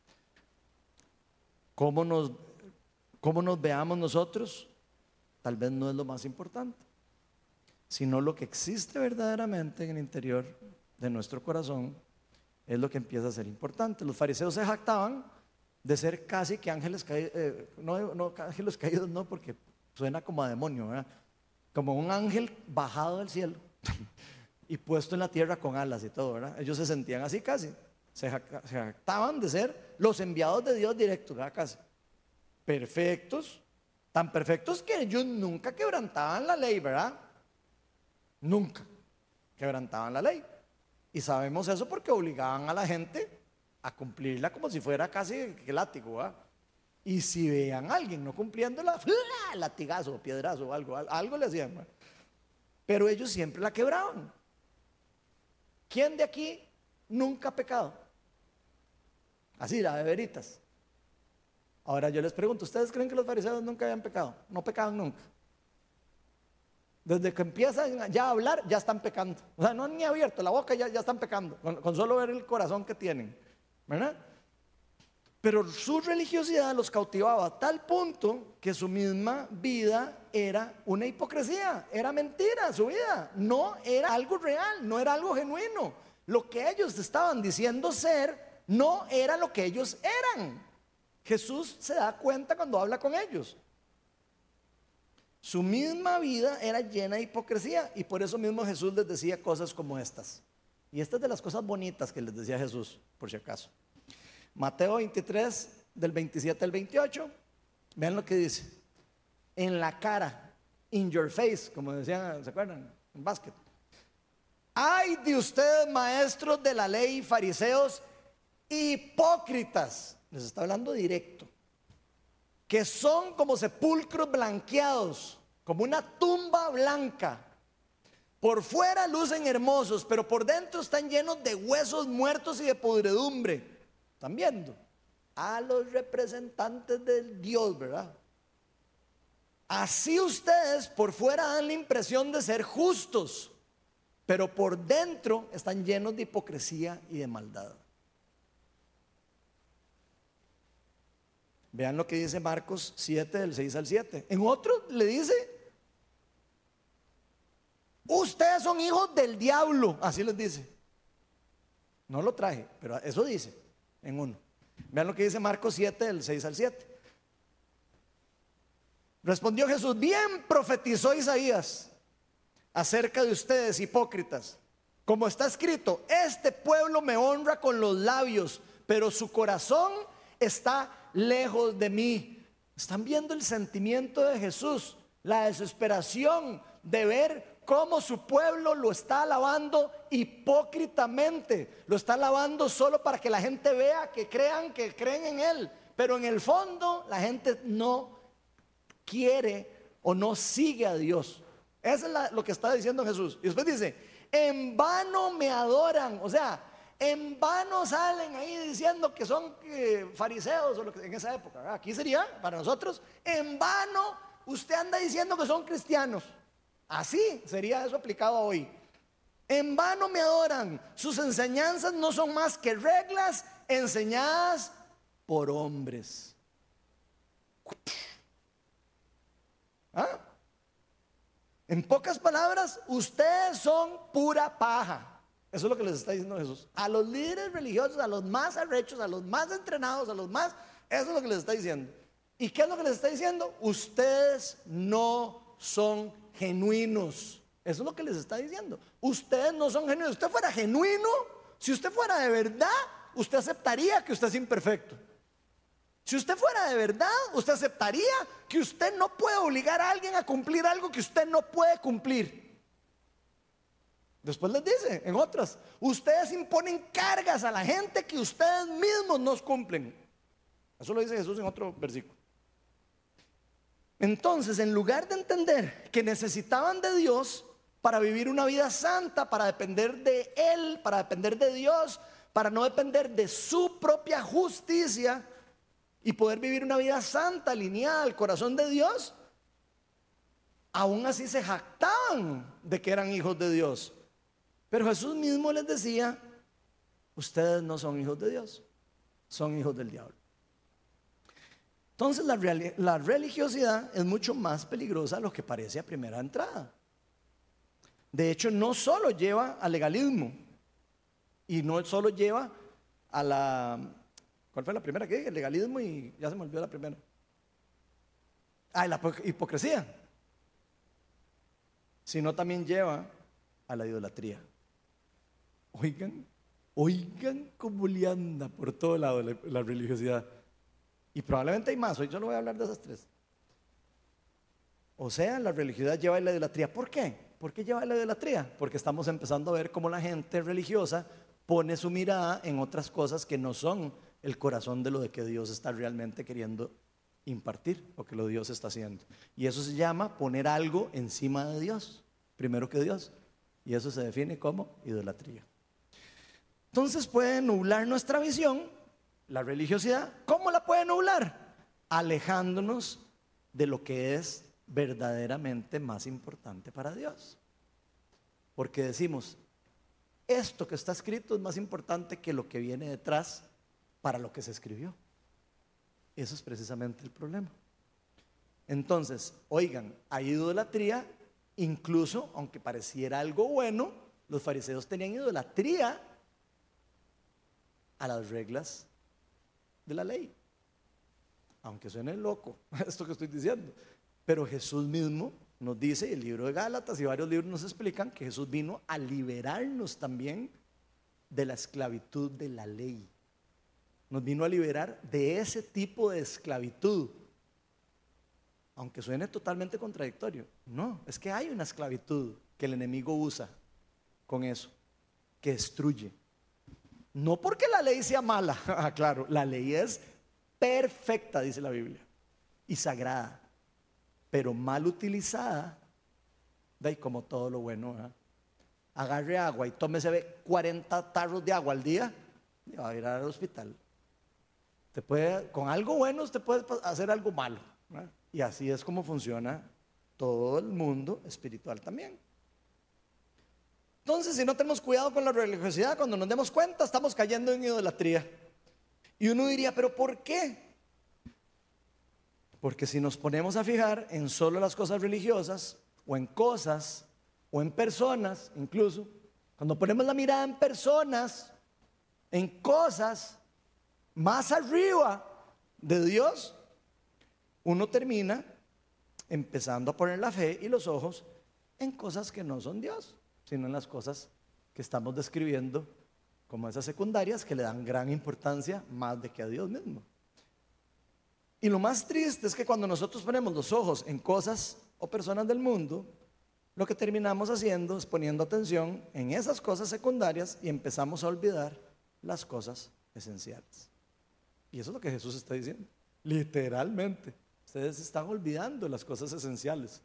A: ¿Cómo nos veamos nosotros? Tal vez no es lo más importante, sino lo que existe verdaderamente en el interior de nuestro corazón es lo que empieza a ser importante. Los fariseos se jactaban de ser casi que ángeles caídos, no ángeles caídos, no, porque suena como a demonio, ¿verdad? Como un ángel bajado del cielo y puesto en la tierra con alas y todo, ¿verdad? Ellos se sentían así casi, se jactaban de ser los enviados de Dios directos, ¿verdad? Casi perfectos, tan perfectos que ellos nunca quebrantaban la ley, ¿verdad? Nunca quebrantaban la ley. Y sabemos eso porque obligaban a la gente a cumplirla como si fuera casi que látigo, ¿verdad? Y si veían a alguien no cumpliéndola, latigazo, piedrazo, algo le hacían, ¿verdad? Pero ellos siempre la quebraban. ¿Quién de aquí nunca ha pecado? Así, la de veritas. Ahora yo les pregunto, ¿ustedes creen que los fariseos nunca habían pecado? No pecaban nunca. Desde que empiezan ya a hablar, ya están pecando. O sea, no han ni abierto la boca, ya están pecando. Con solo ver el corazón que tienen, ¿verdad? Pero su religiosidad los cautivaba a tal punto que su misma vida era una hipocresía. Era mentira su vida. No era algo real, no era algo genuino. Lo que ellos estaban diciendo ser no era lo que ellos eran. Jesús se da cuenta cuando habla con ellos. Su misma vida era llena de hipocresía y por eso mismo Jesús les decía cosas como estas. Y estas de las cosas bonitas que les decía Jesús, por si acaso. Mateo 23, del 27 al 28, vean lo que dice. En la cara, in your face, como decían, ¿se acuerdan? En básquet. Ay de ustedes, maestros de la ley y fariseos, hipócritas. Les está hablando directo. Que son como sepulcros blanqueados, como una tumba blanca. Por fuera lucen hermosos, pero por dentro están llenos de huesos muertos y de podredumbre. ¿Están viendo? A los representantes del Dios, ¿verdad? Así ustedes por fuera dan la impresión de ser justos, pero por dentro están llenos de hipocresía y de maldad. Vean lo que dice Marcos 7, del 6 al 7. En otro le dice, ustedes son hijos del diablo, así les dice. No lo traje, pero eso dice en uno. Vean lo que dice Marcos 7, del 6 al 7. Respondió Jesús: bien profetizó Isaías acerca de ustedes, hipócritas. Como está escrito: este pueblo me honra con los labios, pero su corazón está lejos de mí. Están viendo el sentimiento de Jesús, la desesperación de ver cómo su pueblo lo está alabando hipócritamente. Lo está alabando solo para que la gente vea, que creen en Él. Pero en el fondo la gente no quiere o no sigue a Dios. Eso es lo que está diciendo Jesús. Y después dice: en vano me adoran. O sea, en vano salen ahí diciendo que son fariseos o lo que en esa época, ¿verdad? Aquí sería para nosotros: en vano usted anda diciendo que son cristianos. Así sería eso aplicado hoy. En vano me adoran. Sus enseñanzas no son más que reglas enseñadas por hombres. ¿Ah? En pocas palabras, ustedes son pura paja. Eso es lo que les está diciendo Jesús a los líderes religiosos, a los más arrechos, a los más entrenados, a los más. Eso es lo que les está diciendo. ¿Y qué es lo que les está diciendo? Ustedes no son genuinos. Eso es lo que les está diciendo. Ustedes no son genuinos. Si usted fuera genuino, si usted fuera de verdad, usted aceptaría que usted es imperfecto. Si usted fuera de verdad, usted aceptaría que usted no puede obligar a alguien a cumplir algo que usted no puede cumplir. Después les dice en otras: ustedes imponen cargas a la gente que ustedes mismos no cumplen. Eso lo dice Jesús en otro versículo. Entonces, en lugar de entender que necesitaban de Dios para vivir una vida santa, para depender de Él, para depender de Dios, para no depender de su propia justicia y poder vivir una vida santa, alineada al corazón de Dios, aún así se jactaban de que eran hijos de Dios. Pero Jesús mismo les decía: ustedes no son hijos de Dios, son hijos del diablo. Entonces la religiosidad es mucho más peligrosa de lo que parece a primera entrada. De hecho, no solo lleva al legalismo y no solo lleva a la... ¿Cuál fue la primera que dije? El legalismo, y ya se me olvidó la primera. La hipocresía. Sino también lleva a la idolatría. Oigan cómo le anda por todo lado la religiosidad. Y probablemente hay más. Hoy yo no voy a hablar de esas tres. O sea, la religiosidad lleva a la idolatría. ¿Por qué? ¿Por qué lleva a la idolatría? Porque estamos empezando a ver cómo la gente religiosa pone su mirada en otras cosas que no son el corazón de lo de que Dios está realmente queriendo impartir, o que lo Dios está haciendo. Y eso se llama poner algo encima de Dios, primero que Dios. Y eso se define como idolatría. Entonces puede nublar nuestra visión la religiosidad. ¿Cómo la puede nublar? Alejándonos de lo que es verdaderamente más importante para Dios. Porque decimos: esto que está escrito es más importante que lo que viene detrás para lo que se escribió. Eso es precisamente el problema. Entonces, oigan, hay idolatría, incluso aunque pareciera algo bueno. Los fariseos tenían idolatría a las reglas de la ley, aunque suene loco esto que estoy diciendo, pero Jesús mismo nos dice, el libro de Gálatas y varios libros nos explican que Jesús vino a liberarnos también de la esclavitud de la ley. Nos vino a liberar de ese tipo de esclavitud, aunque suene totalmente contradictorio. No, es que hay una esclavitud que el enemigo usa con eso, que destruye. No porque la ley sea mala, claro, la ley es perfecta, dice la Biblia, y sagrada, pero mal utilizada, de ahí como todo lo bueno, ¿verdad? Agarre agua y tómese 40 tarros de agua al día y va a ir al hospital. Con algo bueno usted puede hacer algo malo, ¿verdad? Y así es como funciona todo el mundo espiritual también. Entonces, si no tenemos cuidado con la religiosidad, cuando nos demos cuenta, estamos cayendo en idolatría. Y uno diría: ¿pero por qué? Porque si nos ponemos a fijar en solo las cosas religiosas, o en cosas, o en personas, incluso, cuando ponemos la mirada en personas, en cosas más arriba de Dios, uno termina empezando a poner la fe y los ojos en cosas que no son Dios, sino en las cosas que estamos describiendo como esas secundarias que le dan gran importancia más de que a Dios mismo. Y lo más triste es que cuando nosotros ponemos los ojos en cosas o personas del mundo, lo que terminamos haciendo es poniendo atención en esas cosas secundarias y empezamos a olvidar las cosas esenciales. Y eso es lo que Jesús está diciendo, literalmente. Ustedes están olvidando las cosas esenciales.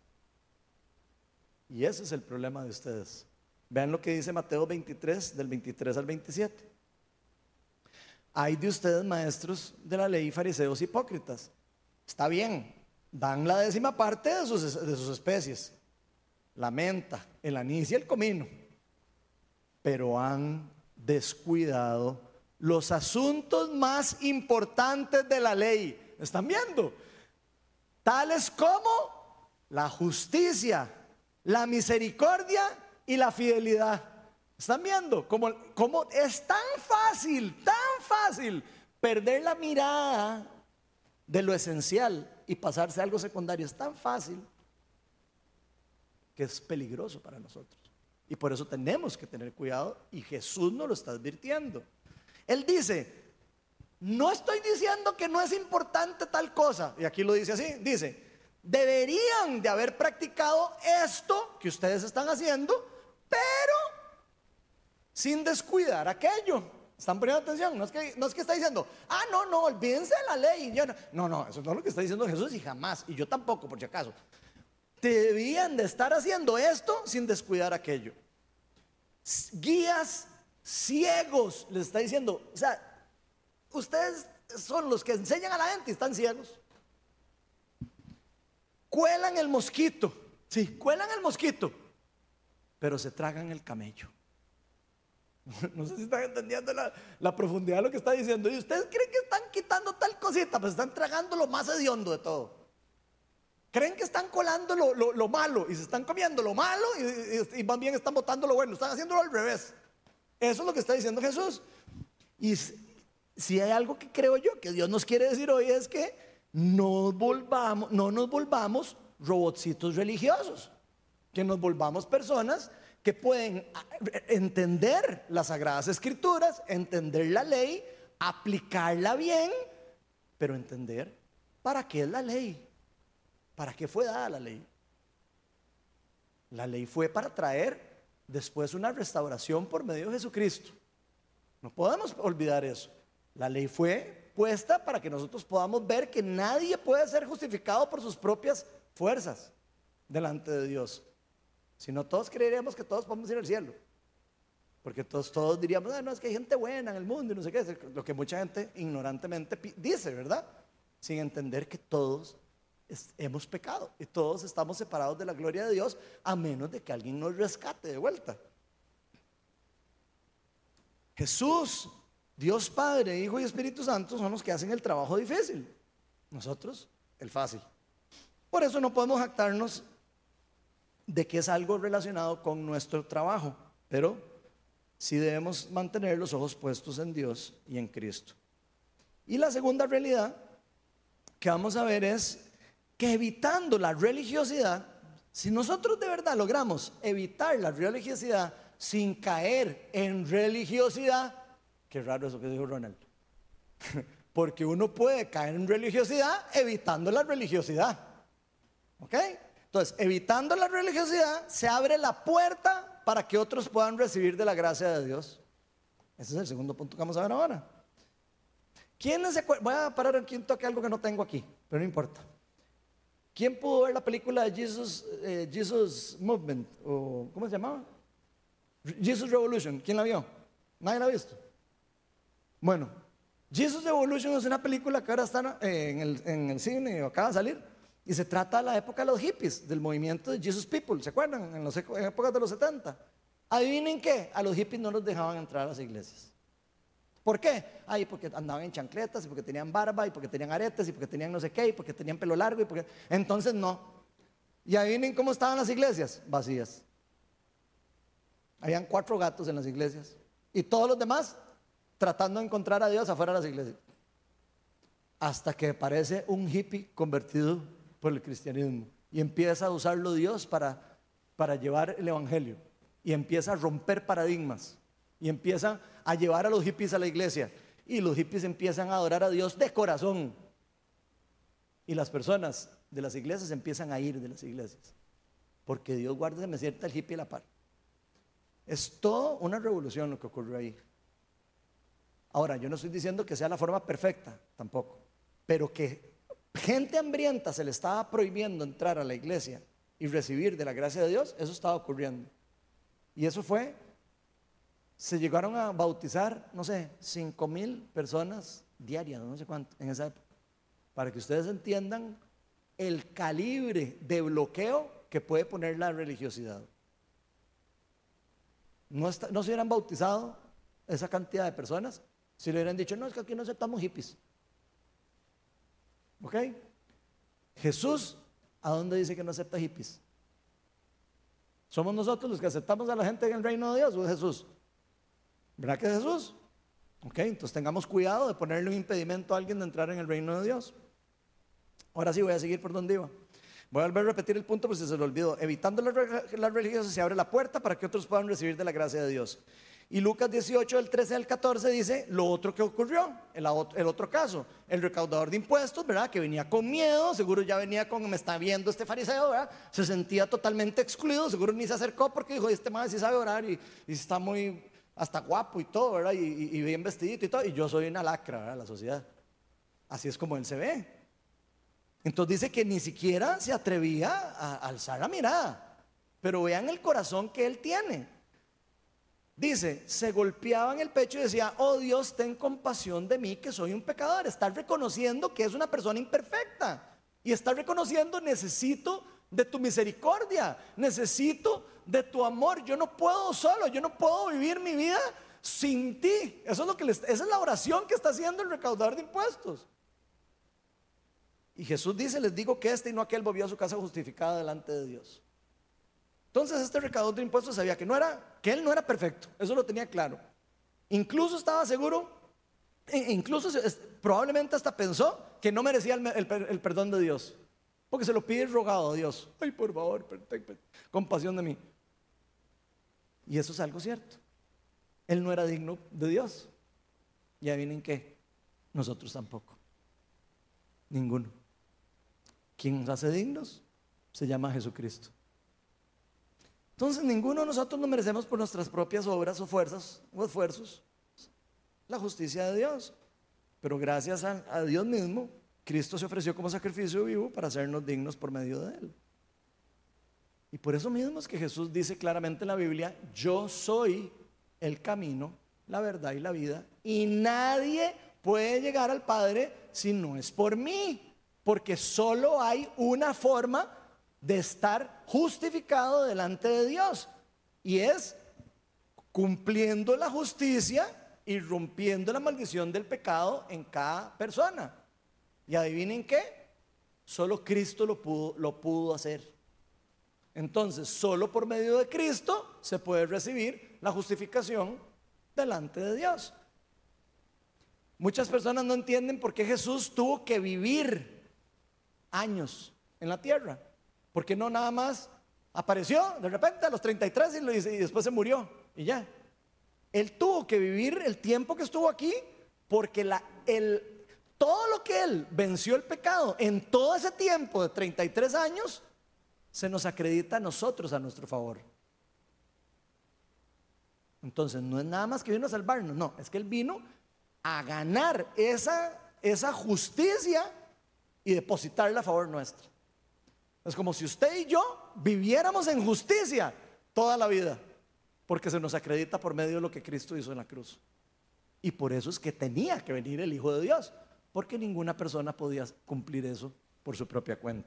A: Y ese es el problema de ustedes. Vean lo que dice Mateo 23, del 23 al 27. Hay de ustedes, maestros de la ley, fariseos hipócritas. Está bien, dan la 10ª parte de sus especies, la menta, el anís y el comino, pero han descuidado los asuntos más importantes de la ley. ¿Están viendo? Tales como la justicia, la misericordia y la fidelidad. ¿Están viendo? Como es tan fácil perder la mirada de lo esencial y pasarse a algo secundario. Es tan fácil que es peligroso para nosotros. Y por eso tenemos que tener cuidado, y Jesús nos lo está advirtiendo. Él dice: no estoy diciendo que no es importante tal cosa, y aquí lo dice así, dice: deberían de haber practicado esto que ustedes están haciendo, pero sin descuidar aquello. ¿Están poniendo atención? No es que está diciendo: no, olvídense de la ley. No, eso no es lo que está diciendo Jesús, y jamás, y yo tampoco, por si acaso. Debían de estar haciendo esto sin descuidar aquello. Guías ciegos, les está diciendo. O sea, ustedes son los que enseñan a la gente y están ciegos. Cuelan el mosquito, sí, cuelan el mosquito, pero se tragan el camello. No sé si están entendiendo la profundidad de lo que está diciendo. Y ustedes creen que están quitando tal cosita, pues están tragando lo más hediondo de todo. Creen que están colando lo malo y se están comiendo lo malo y más bien están botando lo bueno. Están haciéndolo al revés. Eso es lo que está diciendo Jesús. Y si hay algo que creo yo que Dios nos quiere decir hoy, es que no nos volvamos robotcitos religiosos, que nos volvamos personas que pueden entender las Sagradas Escrituras, entender la ley, aplicarla bien, pero entender para qué es la ley, para qué fue dada la ley. La ley fue para traer después una restauración por medio de Jesucristo. No podemos olvidar eso. La ley fue puesta para que nosotros podamos ver que nadie puede ser justificado por sus propias fuerzas delante de Dios. Si no, todos creeríamos que todos podemos ir al cielo, porque todos diríamos: no, es que hay gente buena en el mundo y no sé qué. Lo que mucha gente ignorantemente dice, ¿verdad? Sin entender que todos hemos pecado y todos estamos separados de la gloria de Dios, a menos de que alguien nos rescate de vuelta. Jesús, Dios Padre, Hijo y Espíritu Santo son los que hacen el trabajo difícil, nosotros el fácil. Por eso no podemos jactarnos de que es algo relacionado con nuestro trabajo, pero sí debemos mantener los ojos puestos en Dios y en Cristo. Y la segunda realidad que vamos a ver es que evitando la religiosidad, si nosotros de verdad logramos evitar la religiosidad sin caer en religiosidad, qué raro eso que dijo Ronald, porque uno puede caer en religiosidad evitando la religiosidad, ¿ok? Entonces, evitando la religiosidad, se abre la puerta para que otros puedan recibir de la gracia de Dios. Ese es el segundo punto que vamos a ver ahora. ¿Quiénes se acuerdan? Voy a parar aquí un toque, algo que no tengo aquí, pero no importa. ¿Quién pudo ver la película de Jesus Movement? O, ¿cómo se llamaba? Jesus Revolution. ¿Quién la vio? ¿Nadie la ha visto? Bueno, Jesus Revolution es una película que ahora está en el cine, o acaba de salir. Y se trata de la época de los hippies, del movimiento de Jesus People. ¿Se acuerdan? En épocas de los 70. Adivinen qué, a los hippies no los dejaban entrar a las iglesias. ¿Por qué? Porque andaban en chancletas, y porque tenían barba, y porque tenían aretes, y porque tenían no sé qué, y porque tenían pelo largo, entonces no. Y adivinen cómo estaban las iglesias, vacías. Habían 4 gatos en las iglesias, y todos los demás tratando de encontrar a Dios afuera de las iglesias. Hasta que aparece un hippie convertido por el cristianismo y empieza a usarlo Dios para llevar el evangelio, y empieza a romper paradigmas y empieza a llevar a los hippies a la iglesia, y los hippies empiezan a adorar a Dios de corazón, y las personas de las iglesias empiezan a ir de las iglesias, porque Dios guarda, me cierta el hippie a la par. Es toda una revolución lo que ocurrió ahí. Ahora, yo no estoy diciendo que sea la forma perfecta tampoco, pero que gente hambrienta se le estaba prohibiendo entrar a la iglesia y recibir de la gracia de Dios, eso estaba ocurriendo. Y eso fue, se llegaron a bautizar, no sé, 5,000 personas diarias, no sé cuánto, en esa época, para que ustedes entiendan el calibre de bloqueo que puede poner la religiosidad. No se hubieran bautizado esa cantidad de personas si le hubieran dicho, no, es que aquí no aceptamos hippies. ¿Ok? Jesús, ¿a dónde dice que no acepta hippies? ¿Somos nosotros los que aceptamos a la gente en el reino de Dios o es Jesús? ¿Verdad que es Jesús? Ok, entonces tengamos cuidado de ponerle un impedimento a alguien de entrar en el reino de Dios. Ahora sí voy a seguir por donde iba. Voy a volver a repetir el punto por si se lo olvidó. Evitando las religiosas se abre la puerta para que otros puedan recibir de la gracia de Dios. Y Lucas 18, del 13 al 14 dice lo otro que ocurrió, el otro caso, el recaudador de impuestos, ¿verdad? Que venía con miedo, seguro ya venía con, me está viendo este fariseo, ¿verdad? Se sentía totalmente excluido, seguro ni se acercó porque dijo, este man sí sabe orar y está muy, hasta guapo y todo, ¿verdad? Y bien vestidito y todo, y yo soy una lacra, ¿verdad? La sociedad. Así es como él se ve. Entonces dice que ni siquiera se atrevía a alzar la mirada, pero vean el corazón que él tiene. Dice, se golpeaba en el pecho y decía, oh Dios, ten compasión de mí que soy un pecador. Está reconociendo que es una persona imperfecta y está reconociendo, necesito de tu misericordia, necesito de tu amor. Yo no puedo solo, yo no puedo vivir mi vida sin ti. Eso es lo que esa es la oración que está haciendo el recaudador de impuestos. Y Jesús dice, les digo que este y no aquel volvió a su casa justificada delante de Dios. Entonces este recaudador de impuestos sabía que él no era perfecto, eso lo tenía claro. Incluso estaba seguro, incluso probablemente hasta pensó que no merecía el perdón de Dios, porque se lo pide rogado a Dios. Ay, por favor, ten compasión de mí. Y eso es algo cierto. Él no era digno de Dios. Y adivinen qué, nosotros tampoco. Ninguno. ¿Quién nos hace dignos? Se llama Jesucristo. Entonces ninguno de nosotros nos merecemos por nuestras propias obras o fuerzas o esfuerzos la justicia de Dios, pero gracias a Dios mismo, Cristo se ofreció como sacrificio vivo para hacernos dignos por medio de Él. Y por eso mismo es que Jesús dice claramente en la Biblia, yo soy el camino, la verdad y la vida, y nadie puede llegar al Padre si no es por mí, porque solo hay una forma de estar justificado delante de Dios, y es cumpliendo la justicia y rompiendo la maldición del pecado en cada persona. Y adivinen qué, solo Cristo lo pudo hacer. Entonces solo por medio de Cristo se puede recibir la justificación delante de Dios. Muchas personas no entienden por qué Jesús tuvo que vivir años en la tierra. Porque no nada más apareció de repente a los 33 y después se murió y ya. Él tuvo que vivir el tiempo que estuvo aquí, porque todo lo que Él venció el pecado en todo ese tiempo de 33 años se nos acredita a nosotros a nuestro favor. Entonces no es nada más que vino a salvarnos, no, es que Él vino a ganar esa justicia y depositarla a favor nuestro. Es como si usted y yo viviéramos en justicia toda la vida, porque se nos acredita por medio de lo que Cristo hizo en la cruz. Y por eso es que tenía que venir el Hijo de Dios, porque ninguna persona podía cumplir eso por su propia cuenta.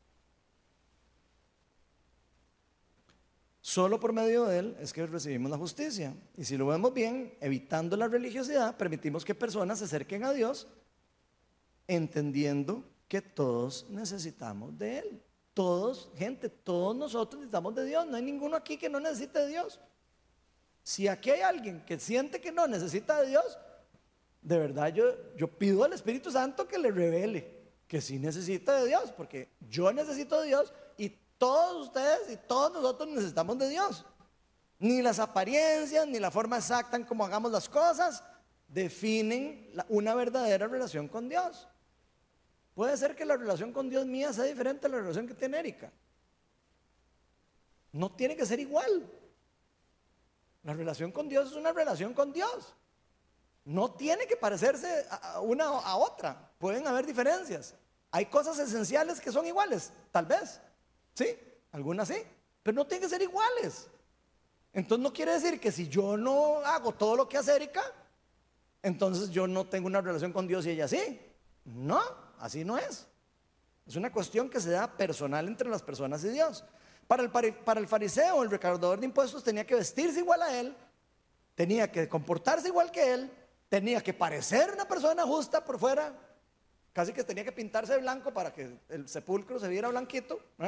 A: Solo por medio de Él es que recibimos la justicia. Y si lo vemos bien, evitando la religiosidad, permitimos que personas se acerquen a Dios, entendiendo que todos necesitamos de Él. Todos nosotros necesitamos de Dios. No hay ninguno aquí que no necesite de Dios. Si aquí hay alguien que siente que no necesita de Dios, de verdad yo pido al Espíritu Santo que le revele que sí necesita de Dios, porque yo necesito de Dios y todos ustedes y todos nosotros necesitamos de Dios. Ni las apariencias, ni la forma exacta en cómo hagamos las cosas definen una verdadera relación con Dios. Puede ser que la relación con Dios mía sea diferente a la relación que tiene Erika. No tiene que ser igual. La relación con Dios es una relación con Dios. No tiene que parecerse una a otra. Pueden haber diferencias. Hay cosas esenciales que son iguales, tal vez. Sí, algunas sí, pero no tienen que ser iguales. Entonces no quiere decir que si yo no hago todo lo que hace Erika, entonces yo no tengo una relación con Dios y ella sí. No, así no es. Es una cuestión que se da personal entre las personas y Dios. Para el fariseo, el recaudador de impuestos tenía que vestirse igual a él, tenía que comportarse igual que él, tenía que parecer una persona justa por fuera, casi que tenía que pintarse de blanco para que el sepulcro se viera blanquito, ¿eh?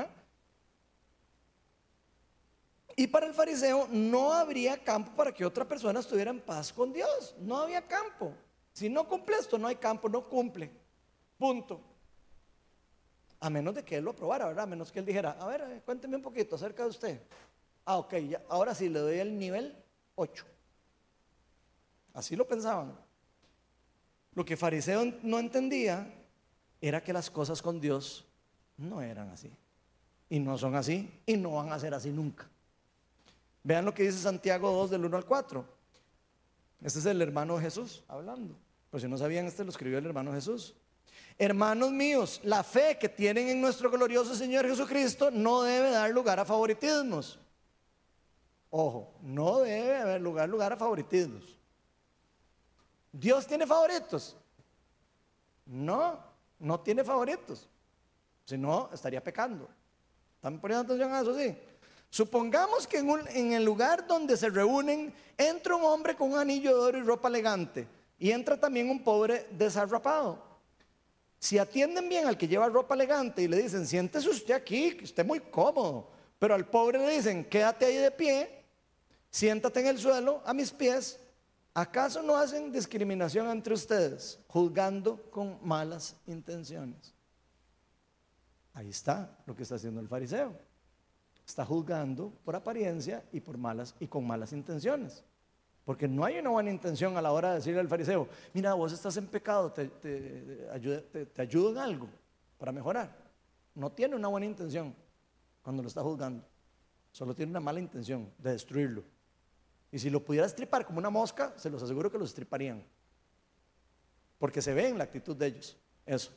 A: Y para el fariseo no habría campo para que otra persona estuviera en paz con Dios. No había campo. Si no cumple esto, no hay campo, no cumple. Punto. A menos de que él lo aprobara, ¿verdad? A menos que él dijera, a ver, cuénteme un poquito acerca de usted. Ah, ok, ya, ahora sí le doy el nivel 8. Así lo pensaban. Lo que fariseo no entendía era que las cosas con Dios no eran así. Y no son así, y no van a ser así nunca. Vean lo que dice Santiago 2 del 1 al 4. Este es el hermano de Jesús hablando. Pues si no sabían, este lo escribió el hermano Jesús. Hermanos míos, la fe que tienen en nuestro glorioso Señor Jesucristo no debe dar lugar a favoritismos. Ojo, no debe haber lugar a favoritismos. ¿Dios tiene favoritos? No, no tiene favoritos. Si no, estaría pecando. ¿Están poniendo atención a eso? Sí. Supongamos que en el lugar donde se reúnen entra un hombre con un anillo de oro y ropa elegante y entra también un pobre desarrapado. Si atienden bien al que lleva ropa elegante y le dicen, siéntese usted aquí, que esté muy cómodo, pero al pobre le dicen, quédate ahí de pie, siéntate en el suelo a mis pies, ¿acaso no hacen discriminación entre ustedes, juzgando con malas intenciones? Ahí está lo que está haciendo el fariseo. Está juzgando por apariencia y con malas intenciones. Porque no hay una buena intención a la hora de decirle al fariseo, mira, vos estás en pecado, te ayudo en algo para mejorar. No tiene una buena intención cuando lo está juzgando. Solo tiene una mala intención de destruirlo. Y si lo pudiera estripar como una mosca, se los aseguro que lo estriparían. Porque se ve en la actitud de ellos eso.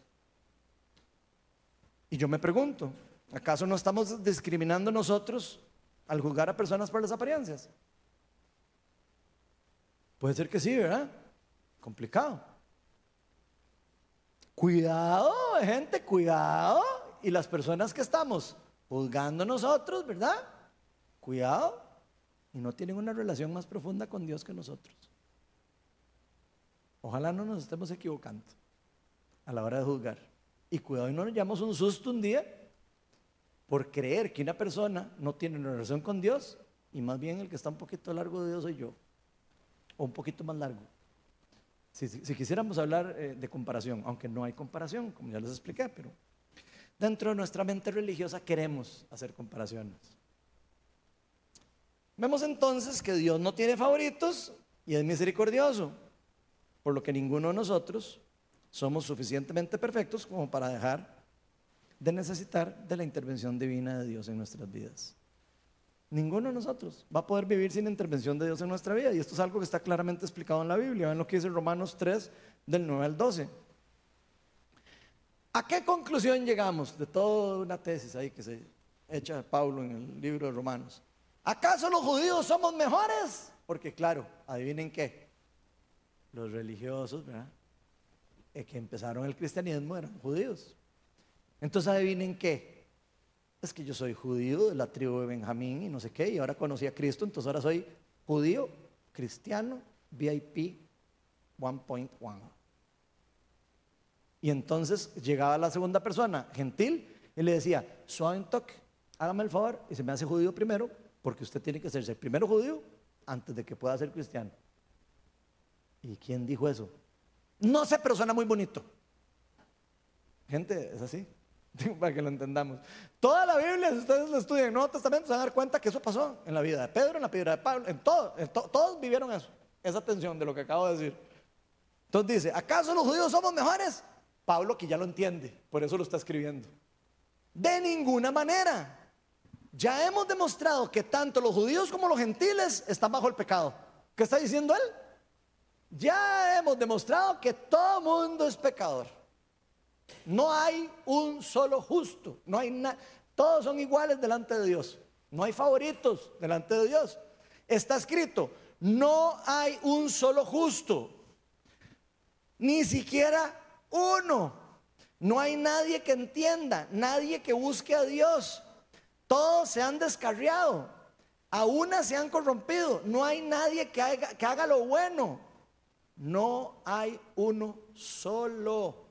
A: Y yo me pregunto, ¿acaso no estamos discriminando nosotros al juzgar a personas por las apariencias? Puede ser que sí, ¿verdad? Complicado. Cuidado, gente, cuidado. Y las personas que estamos juzgando nosotros, ¿verdad? Cuidado. Y no tienen una relación más profunda con Dios que nosotros. Ojalá no nos estemos equivocando a la hora de juzgar. Y cuidado y no nos llevamos un susto un día por creer que una persona no tiene una relación con Dios y más bien el que está un poquito largo de Dios soy yo. O un poquito más largo. Si quisiéramos hablar de comparación, aunque no hay comparación, como ya les expliqué, pero dentro de nuestra mente religiosa queremos hacer comparaciones. Vemos entonces que Dios no tiene favoritos y es misericordioso, por lo que ninguno de nosotros somos suficientemente perfectos como para dejar de necesitar de la intervención divina de Dios en nuestras vidas. Ninguno de nosotros va a poder vivir sin intervención de Dios en nuestra vida. Y esto es algo que está claramente explicado en la Biblia. Ven lo que dice Romanos 3, del 9 al 12. ¿A qué conclusión llegamos de toda una tesis ahí que se echa Pablo en el libro de Romanos? ¿Acaso los judíos somos mejores? Porque claro, adivinen qué. Los religiosos, ¿verdad? Que empezaron el cristianismo eran judíos. Entonces adivinen qué. Es que yo soy judío de la tribu de Benjamín y no sé qué, y ahora conocí a Cristo, entonces ahora soy judío, cristiano, VIP 1.1. Y entonces llegaba la segunda persona, gentil, y le decía, suave un toque, hágame el favor y se me hace judío primero, porque usted tiene que hacerse primero judío antes de que pueda ser cristiano. ¿Y quién dijo eso? No sé, pero suena muy bonito. Gente, es así, para que lo entendamos. Toda la Biblia, si ustedes la estudian en el Nuevo Testamento, se van a dar cuenta que eso pasó en la vida de Pedro, en la vida de Pablo, todos vivieron eso, esa tensión de lo que acabo de decir. Entonces dice, ¿acaso los judíos somos mejores? Pablo, que ya lo entiende, por eso lo está escribiendo. De ninguna manera. Ya hemos demostrado que tanto los judíos como los gentiles están bajo el pecado. ¿Qué está diciendo él? Ya hemos demostrado que todo mundo es pecador. No hay un solo justo, no hay todos son iguales delante de Dios. No hay favoritos delante de Dios. Está escrito, no hay un solo justo, ni siquiera uno. No hay nadie que entienda, nadie que busque a Dios. Todos se han descarriado, a una se han corrompido. No hay nadie que haga lo bueno. No hay uno solo.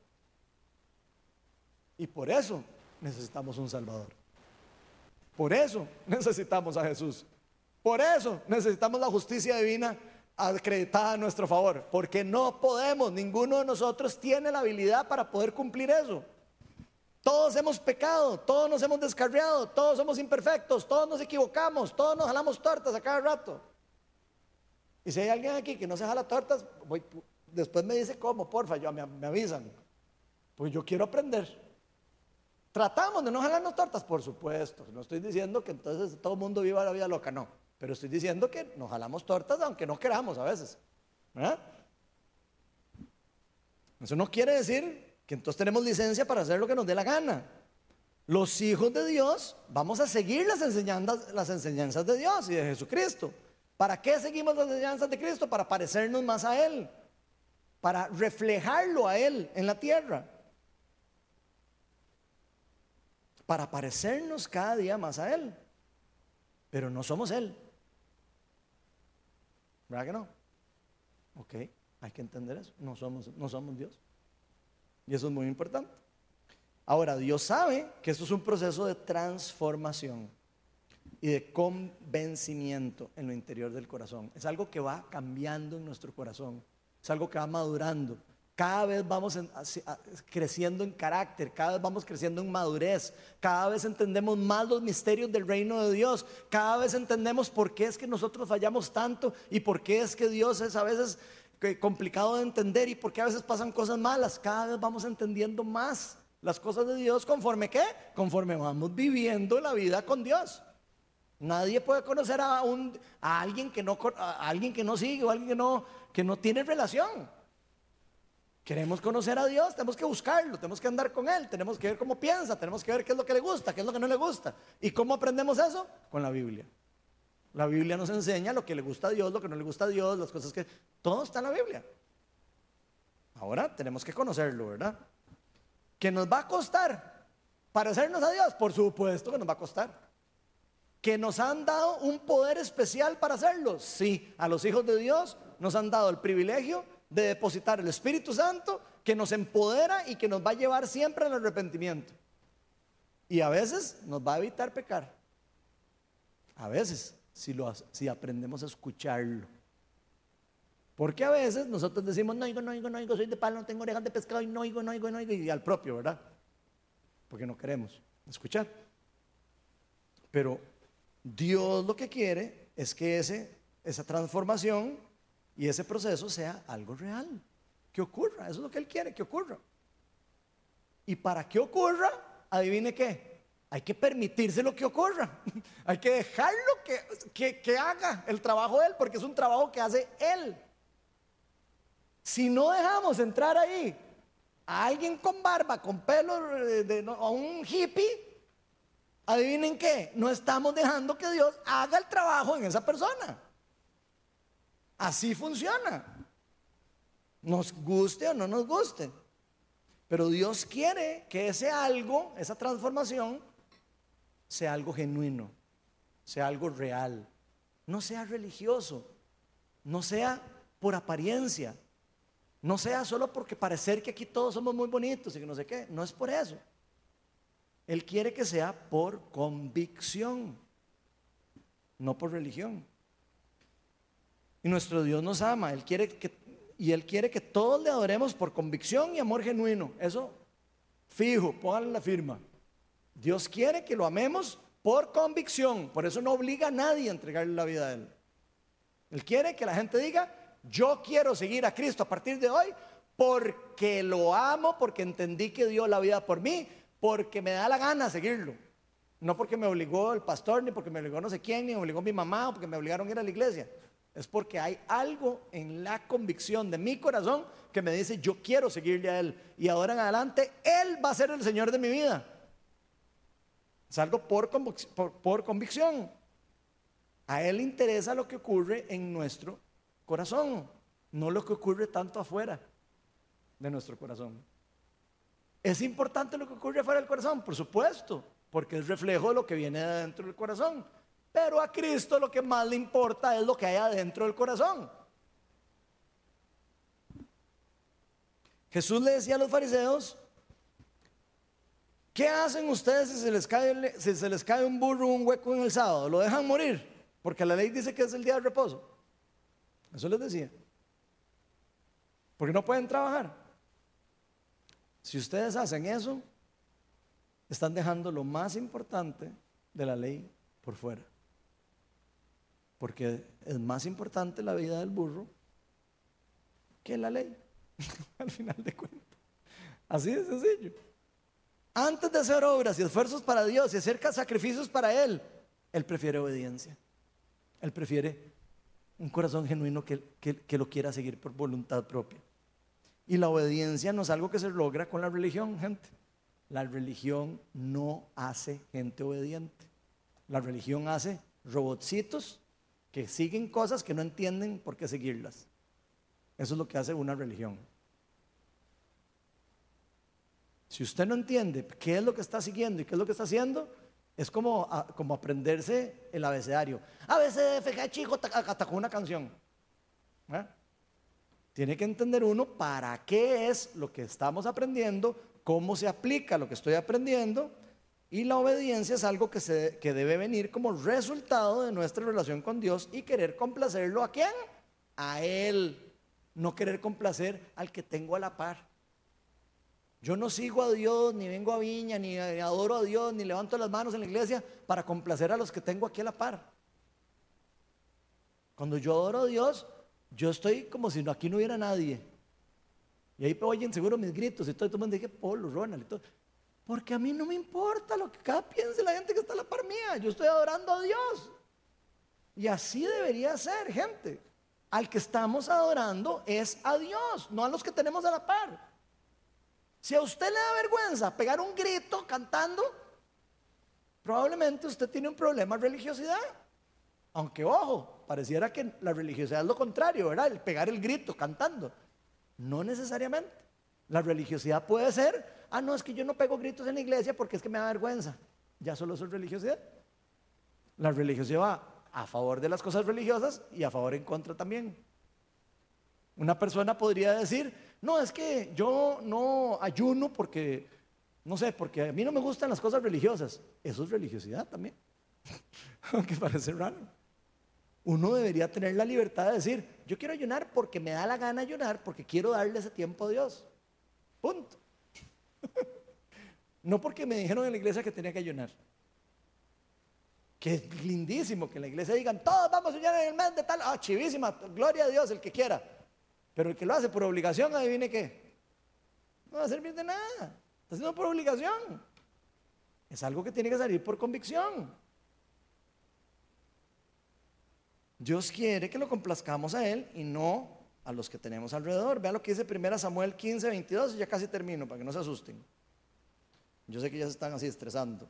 A: Y por eso necesitamos un Salvador. Por eso necesitamos a Jesús. Por eso necesitamos la justicia divina acreditada a nuestro favor. Porque no podemos, ninguno de nosotros tiene la habilidad para poder cumplir eso. Todos hemos pecado, todos nos hemos descarriado, todos somos imperfectos, todos nos equivocamos, todos nos jalamos tortas a cada rato. Y si hay alguien aquí que no se jala tortas, después me dice cómo, porfa, me avisan. Pues yo quiero aprender. Tratamos de no jalarnos tortas, por supuesto. No estoy diciendo que entonces todo el mundo viva la vida loca, no. Pero estoy diciendo que nos jalamos tortas aunque no queramos a veces. ¿Verdad? Eso no quiere decir que entonces tenemos licencia para hacer lo que nos dé la gana. Los hijos de Dios vamos a seguir las enseñanzas de Dios y de Jesucristo. ¿Para qué seguimos las enseñanzas de Cristo? Para parecernos más a Él, para reflejarlo a Él en la tierra, para parecernos cada día más a Él. Pero no somos Él. ¿Verdad que no? Ok, hay que entender eso. No somos Dios. Y eso es muy importante. Ahora, Dios sabe que esto es un proceso de transformación y de convencimiento en lo interior del corazón. Es algo que va cambiando en nuestro corazón. Es algo que va madurando. Cada vez vamos creciendo en carácter, cada vez vamos creciendo en madurez, cada vez entendemos más los misterios del reino de Dios, cada vez entendemos por qué es que nosotros fallamos tanto y por qué es que Dios es a veces complicado de entender y por qué a veces pasan cosas malas. Cada vez vamos entendiendo más las cosas de Dios conforme ¿qué? Conforme vamos viviendo la vida con Dios. Nadie puede conocer a alguien que no sigue o alguien que no tiene relación. Queremos conocer a Dios, tenemos que buscarlo, tenemos que andar con Él, tenemos que ver cómo piensa, tenemos que ver qué es lo que le gusta, qué es lo que no le gusta. ¿Y cómo aprendemos eso? Con la Biblia. La Biblia nos enseña lo que le gusta a Dios, lo que no le gusta a Dios, las cosas que... Todo está en la Biblia. Ahora tenemos que conocerlo, ¿verdad? ¿Que nos va a costar parecernos a Dios? Por supuesto que nos va a costar. ¿Que nos han dado un poder especial para hacerlo? Sí, a los hijos de Dios nos han dado el privilegio de depositar el Espíritu Santo que nos empodera y que nos va a llevar siempre al arrepentimiento. Y a veces nos va a evitar pecar. A veces, si aprendemos a escucharlo. Porque a veces nosotros decimos, no oigo, soy de palo, no tengo orejas de pescado y no oigo, y al propio, ¿verdad? Porque no queremos escuchar. Pero Dios lo que quiere es que esa transformación y ese proceso sea algo real, que ocurra. Eso es lo que Él quiere, que ocurra. Y para que ocurra, adivine qué, hay que permitírselo que ocurra. Hay que dejarlo que haga el trabajo de Él, porque es un trabajo que hace Él. Si no dejamos entrar ahí a alguien con barba, con pelo, a un hippie, adivinen qué, no estamos dejando que Dios haga el trabajo en esa persona. Así funciona. Nos guste o no nos guste. Pero Dios quiere que ese algo, esa transformación, sea algo genuino, sea algo real. No sea religioso, no sea por apariencia, no sea solo porque parecer que aquí todos somos muy bonitos y que no sé qué. No es por eso. Él quiere que sea por convicción, no por religión. Y nuestro Dios nos ama. Él quiere y Él quiere que todos le adoremos por convicción y amor genuino. Eso fijo, pónganle la firma. Dios quiere que lo amemos por convicción. Por eso no obliga a nadie a entregarle la vida a Él. Él quiere que la gente diga: yo quiero seguir a Cristo a partir de hoy porque lo amo, porque entendí que dio la vida por mí, porque me da la gana seguirlo. No porque me obligó el pastor, ni porque me obligó no sé quién, ni me obligó mi mamá, o porque me obligaron a ir a la iglesia. Es porque hay algo en la convicción de mi corazón que me dice: yo quiero seguirle a Él, y ahora en adelante Él va a ser el Señor de mi vida. Es algo por convicción. A Él le interesa lo que ocurre en nuestro corazón, no lo que ocurre tanto afuera de nuestro corazón. ¿Es importante lo que ocurre afuera del corazón? Por supuesto, porque es reflejo de lo que viene de adentro del corazón. Pero a Cristo lo que más le importa es lo que hay adentro del corazón. Jesús le decía a los fariseos: ¿qué hacen ustedes si se les cae un burro o un hueco en el sábado? ¿Lo dejan morir? Porque la ley dice que es el día de reposo. Eso les decía. Porque no pueden trabajar. Si ustedes hacen eso, están dejando lo más importante de la ley por fuera. Porque es más importante la vida del burro que la ley, al final de cuentas. Así de sencillo. Antes de hacer obras y esfuerzos para Dios y hacer sacrificios para Él, Él prefiere obediencia. Él prefiere un corazón genuino que lo quiera seguir por voluntad propia. Y la obediencia no es algo que se logra con la religión, gente. La religión no hace gente obediente. La religión hace robotcitos que siguen cosas que no entienden por qué seguirlas. Eso es lo que hace una religión. Si usted no entiende qué es lo que está siguiendo y qué es lo que está haciendo, es como aprenderse el abecedario. A, B, C, D, F, G, chico, hasta con una canción. Tiene que entender uno para qué es lo que estamos aprendiendo, cómo se aplica lo que estoy aprendiendo. Y la obediencia es algo que debe venir como resultado de nuestra relación con Dios y querer complacerlo. ¿A quién? A Él. No querer complacer al que tengo a la par. Yo no sigo a Dios, ni vengo a Viña, ni adoro a Dios, ni levanto las manos en la iglesia para complacer a los que tengo aquí a la par. Cuando yo adoro a Dios, yo estoy como si aquí no hubiera nadie. Y ahí oyen seguro mis gritos y todo el mundo dice: Polo, Ronald y todo. Porque a mí no me importa lo que cada piense la gente que está a la par mía. Yo estoy adorando a Dios. Y así debería ser, gente. Al que estamos adorando es a Dios, no a los que tenemos a la par. Si a usted le da vergüenza pegar un grito cantando, probablemente usted tiene un problema de religiosidad. Aunque, ojo, pareciera que la religiosidad es lo contrario, ¿verdad? El pegar el grito cantando. No necesariamente. La religiosidad puede ser: no, es que yo no pego gritos en la iglesia porque es que me da vergüenza. Ya solo eso es religiosidad. La religiosidad va a favor de las cosas religiosas y a favor en contra también. Una persona podría decir: no, es que yo no ayuno porque, no sé, porque a mí no me gustan las cosas religiosas. Eso es religiosidad también. Aunque parece raro. Uno debería tener la libertad de decir: yo quiero ayunar porque me da la gana ayunar, porque quiero darle ese tiempo a Dios. Punto. No porque me dijeron en la iglesia que tenía que ayunar. Que es lindísimo que en la iglesia digan: todos vamos a ayunar en el mes de tal. Chivísima, gloria a Dios, el que quiera. Pero el que lo hace por obligación, adivine qué, no va a servir de nada. Está haciendo por obligación. Es algo que tiene que salir por convicción. Dios quiere que lo complazcamos a Él y no a los que tenemos alrededor. Vean lo que dice 1 Samuel 15, 22, y ya casi termino para que no se asusten. Yo sé que ya se están así estresando.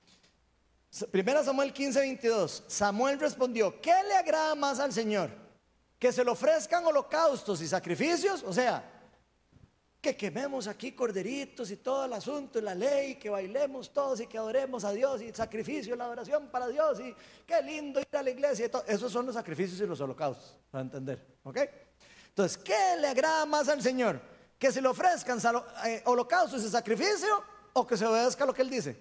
A: 1 Samuel 15, 22. Samuel respondió: ¿qué le agrada más al Señor? ¿Que se le ofrezcan holocaustos y sacrificios? O sea, que quememos aquí corderitos y todo el asunto y la ley, que bailemos todos y que adoremos a Dios y sacrificio, la adoración para Dios y qué lindo ir a la iglesia y todo. Esos son los sacrificios y los holocaustos, para entender, ¿ok? Entonces, ¿qué le agrada más al Señor? ¿Que se le ofrezcan holocaustos y sacrificio o que se obedezca lo que Él dice?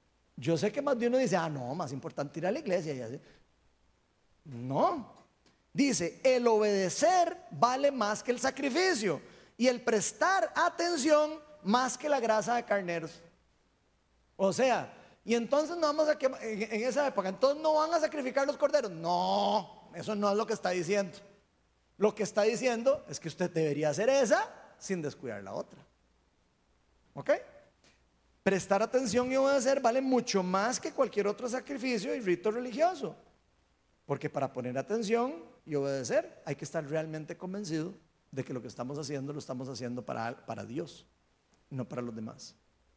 A: Yo sé que más de uno dice: no, más importante ir a la iglesia y así. No, Dice, el obedecer vale más que el sacrificio y el prestar atención más que la grasa de carneros. O sea, y entonces no vamos a quemar, en esa época, entonces no van a sacrificar los corderos. No, eso no es lo que está diciendo. Lo que está diciendo es que usted debería hacer esa sin descuidar la otra. ¿Ok? Prestar atención y obedecer vale mucho más que cualquier otro sacrificio y rito religioso. Porque para poner atención y obedecer hay que estar realmente convencido de que lo que estamos haciendo lo estamos haciendo para Dios, no para los demás.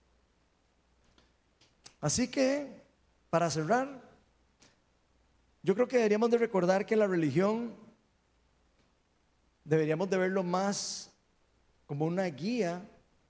A: Así que, para cerrar, yo creo que deberíamos de recordar que la religión deberíamos de verlo más como una guía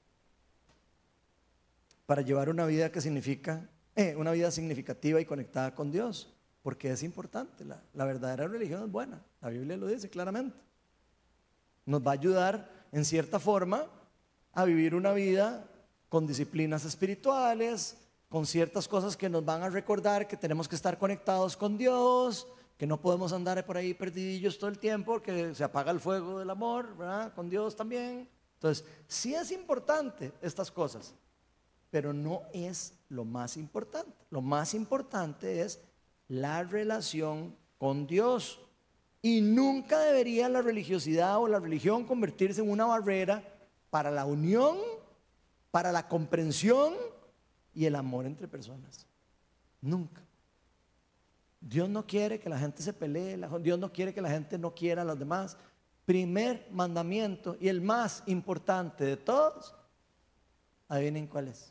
A: para llevar una vida que significa, una vida significativa y conectada con Dios, porque es importante. La verdadera religión es buena, la Biblia lo dice claramente. Nos va a ayudar en cierta forma a vivir una vida con disciplinas espirituales, con ciertas cosas que nos van a recordar que tenemos que estar conectados con Dios, que no podemos andar por ahí perdidillos todo el tiempo, porque se apaga el fuego del amor, ¿verdad? Con Dios también. Entonces, sí es importante estas cosas, pero no es lo más importante. Lo más importante es la relación con Dios. Y nunca debería la religiosidad o la religión convertirse en una barrera para la unión, para la comprensión y el amor entre personas. Nunca. Dios no quiere que la gente se pelee, Dios no quiere que la gente no quiera a los demás. Primer mandamiento y el más importante de todos, adivinen cuál es.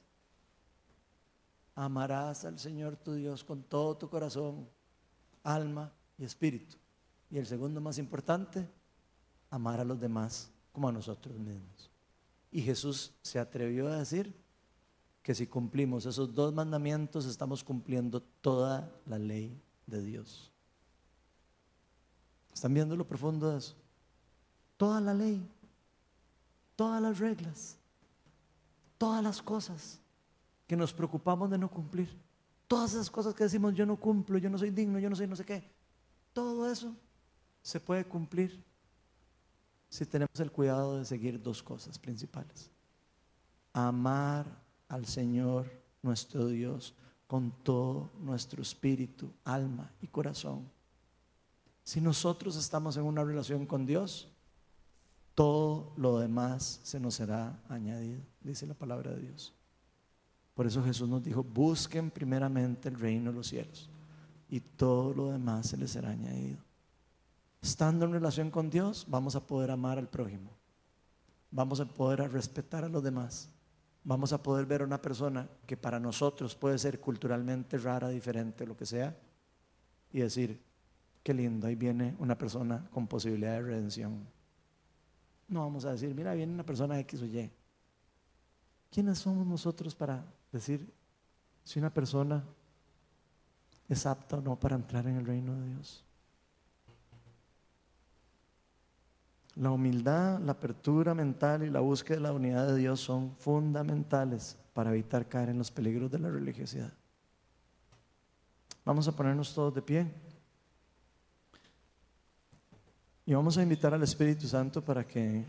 A: Amarás al Señor tu Dios con todo tu corazón, alma y espíritu. Y el segundo más importante, amar a los demás como a nosotros mismos. Y Jesús se atrevió a decir que si cumplimos esos dos mandamientos, estamos cumpliendo toda la ley de Dios. ¿Están viendo lo profundo de eso? Toda la ley, todas las reglas, todas las cosas que nos preocupamos de no cumplir, todas esas cosas que decimos yo no cumplo, yo no soy digno, yo no soy no sé qué, todo eso se puede cumplir si tenemos el cuidado de seguir dos cosas principales: amar al Señor nuestro Dios con todo nuestro espíritu, alma y corazón. Si nosotros estamos en una relación con Dios, todo lo demás se nos será añadido, dice la palabra de Dios. Por eso Jesús nos dijo: busquen primeramente el reino de los cielos y todo lo demás se les será añadido. Estando en relación con Dios, vamos a poder amar al prójimo, vamos a poder respetar a los demás, vamos a poder ver a una persona que para nosotros puede ser culturalmente rara, diferente, lo que sea, y decir: qué lindo, ahí viene una persona con posibilidad de redención. No vamos a decir: mira, viene una persona X o Y. ¿Quiénes somos nosotros para decir si una persona es apta o no para entrar en el reino de Dios? La humildad, la apertura mental y la búsqueda de la unidad de Dios son fundamentales para evitar caer en los peligros de la religiosidad. Vamos a ponernos todos de pie y vamos a invitar al Espíritu Santo para que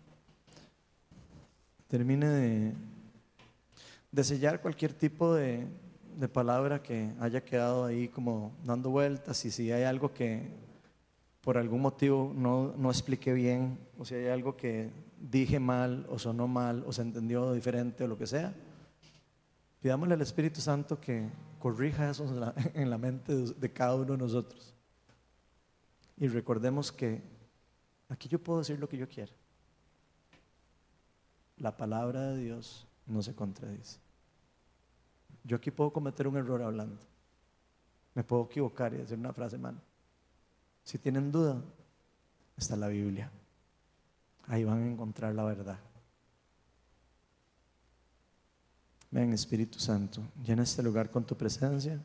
A: termine de sellar cualquier tipo de palabra que haya quedado ahí como dando vueltas, y si hay algo que por algún motivo no expliqué bien, o si hay algo que dije mal o sonó mal o se entendió diferente o lo que sea, pidámosle al Espíritu Santo que corrija eso en la mente de cada uno de nosotros. Y recordemos que aquí yo puedo decir lo que yo quiera. La palabra de Dios no se contradice. Yo aquí puedo cometer un error hablando, me puedo equivocar y decir una frase mal. Si tienen duda, está la Biblia, ahí van a encontrar la verdad. Ven, Espíritu Santo, llena este lugar con tu presencia.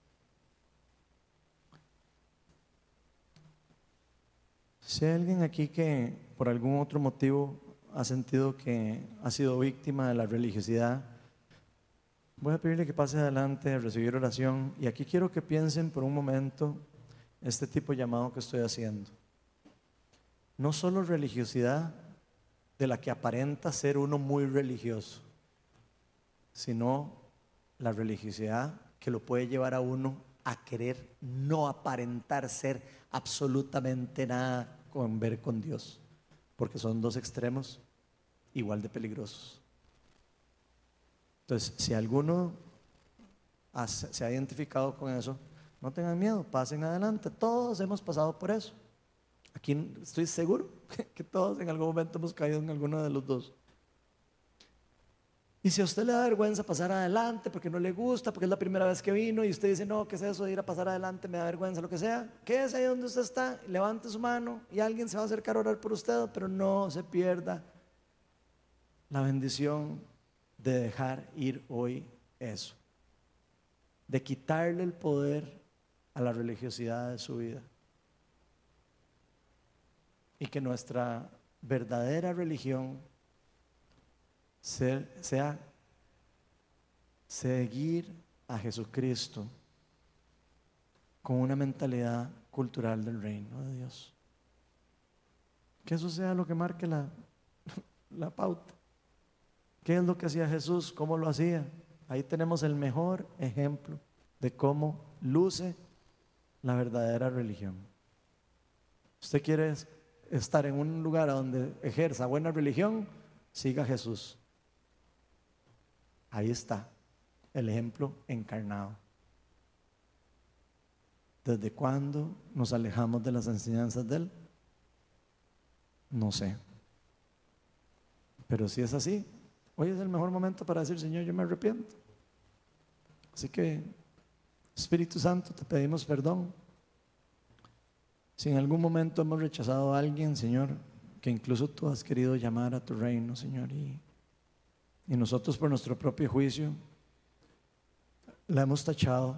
A: Si hay alguien aquí que por algún otro motivo ha sentido que ha sido víctima de la religiosidad, voy a pedirle que pase adelante a recibir oración. Y aquí quiero que piensen por un momento este tipo de llamado que estoy haciendo. no solo religiosidad de la que aparenta ser uno muy religioso, sino la religiosidad que lo puede llevar a uno a querer no aparentar ser absolutamente nada con ver con Dios, porque son dos extremos igual de peligrosos. Entonces, si alguno se ha identificado con eso, no tengan miedo, pasen adelante. Todos hemos pasado por eso. Aquí estoy seguro que todos en algún momento hemos caído en alguno de los dos. Y si a usted le da vergüenza pasar adelante porque no le gusta, porque es la primera vez que vino y usted dice, no, ¿qué es eso de ir a pasar adelante? Me da vergüenza, lo que sea. Quédese ahí donde usted está, levante su mano y alguien se va a acercar a orar por usted, pero no se pierda la bendición de dejar ir hoy eso, de quitarle el poder a la religiosidad de su vida y que nuestra verdadera religión sea seguir a Jesucristo con una mentalidad cultural del reino de Dios. Que eso sea lo que marque la pauta. ¿Qué es lo que hacía Jesús? ¿Cómo lo hacía? Ahí tenemos el mejor ejemplo de cómo luce la verdadera religión. ¿Usted quiere estar en un lugar donde ejerza buena religión? Siga a Jesús. Ahí está el ejemplo encarnado. ¿Desde cuándo nos alejamos de las enseñanzas de Él? No sé. Pero si es así, hoy es el mejor momento para decir, Señor, yo me arrepiento. Así que, Espíritu Santo, te pedimos perdón. Si en algún momento hemos rechazado a alguien, Señor, que incluso tú has querido llamar a tu reino, Señor, y nosotros por nuestro propio juicio la hemos tachado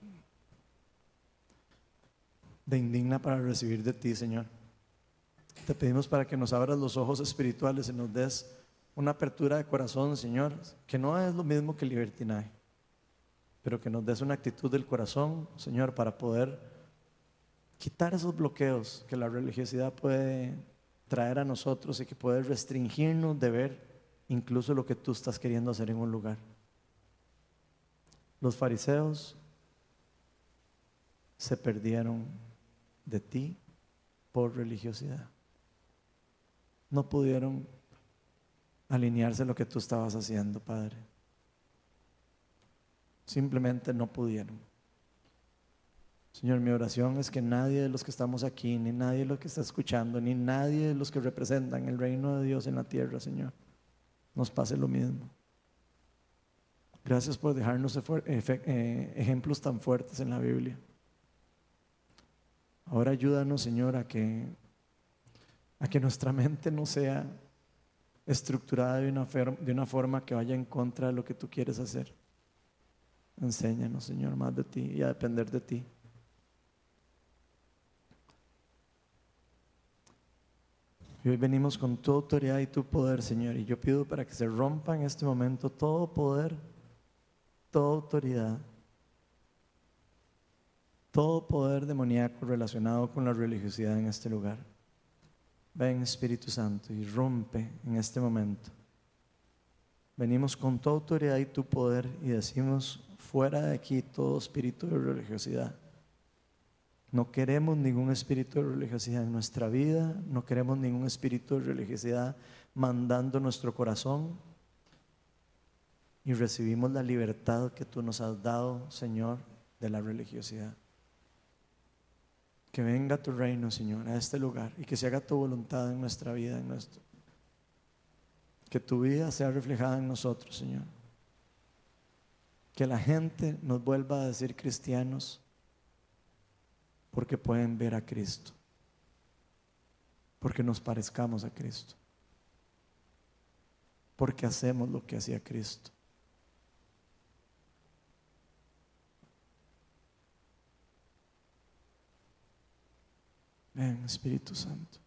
A: de indigna para recibir de ti, Señor. Te pedimos para que nos abras los ojos espirituales y nos des una apertura de corazón, Señor, que no es lo mismo que el libertinaje, pero que nos des una actitud del corazón, Señor, para poder quitar esos bloqueos que la religiosidad puede traer a nosotros y que puede restringirnos de ver incluso lo que tú estás queriendo hacer en un lugar. Los fariseos se perdieron de ti por religiosidad. No pudieron alinearse a lo que tú estabas haciendo, Padre. Simplemente no pudieron. Señor, mi oración es que nadie de los que estamos aquí, ni nadie de los que está escuchando, ni nadie de los que representan el reino de Dios en la tierra, Señor, nos pase lo mismo. Gracias por dejarnos ejemplos tan fuertes en la Biblia. Ahora ayúdanos, Señor, a que nuestra mente no sea estructurada de una forma que vaya en contra de lo que tú quieres hacer. Enséñanos, Señor, más de ti y a depender de ti. Y hoy venimos con tu autoridad y tu poder, Señor, y yo pido para que se rompa en este momento todo poder, toda autoridad, todo poder demoníaco relacionado con la religiosidad en este lugar. Ven, Espíritu Santo, y rompe en este momento. Venimos con tu autoridad y tu poder y decimos, fuera de aquí todo espíritu de religiosidad. No queremos ningún espíritu de religiosidad en nuestra vida, no queremos ningún espíritu de religiosidad mandando nuestro corazón, y recibimos la libertad que tú nos has dado, Señor, de la religiosidad. Que venga tu reino, Señor, a este lugar y que se haga tu voluntad en nuestra vida, que tu vida sea reflejada en nosotros, Señor. Que la gente nos vuelva a decir cristianos porque pueden ver a Cristo, porque nos parezcamos a Cristo, porque hacemos lo que hacía Cristo. Ven, Espíritu Santo.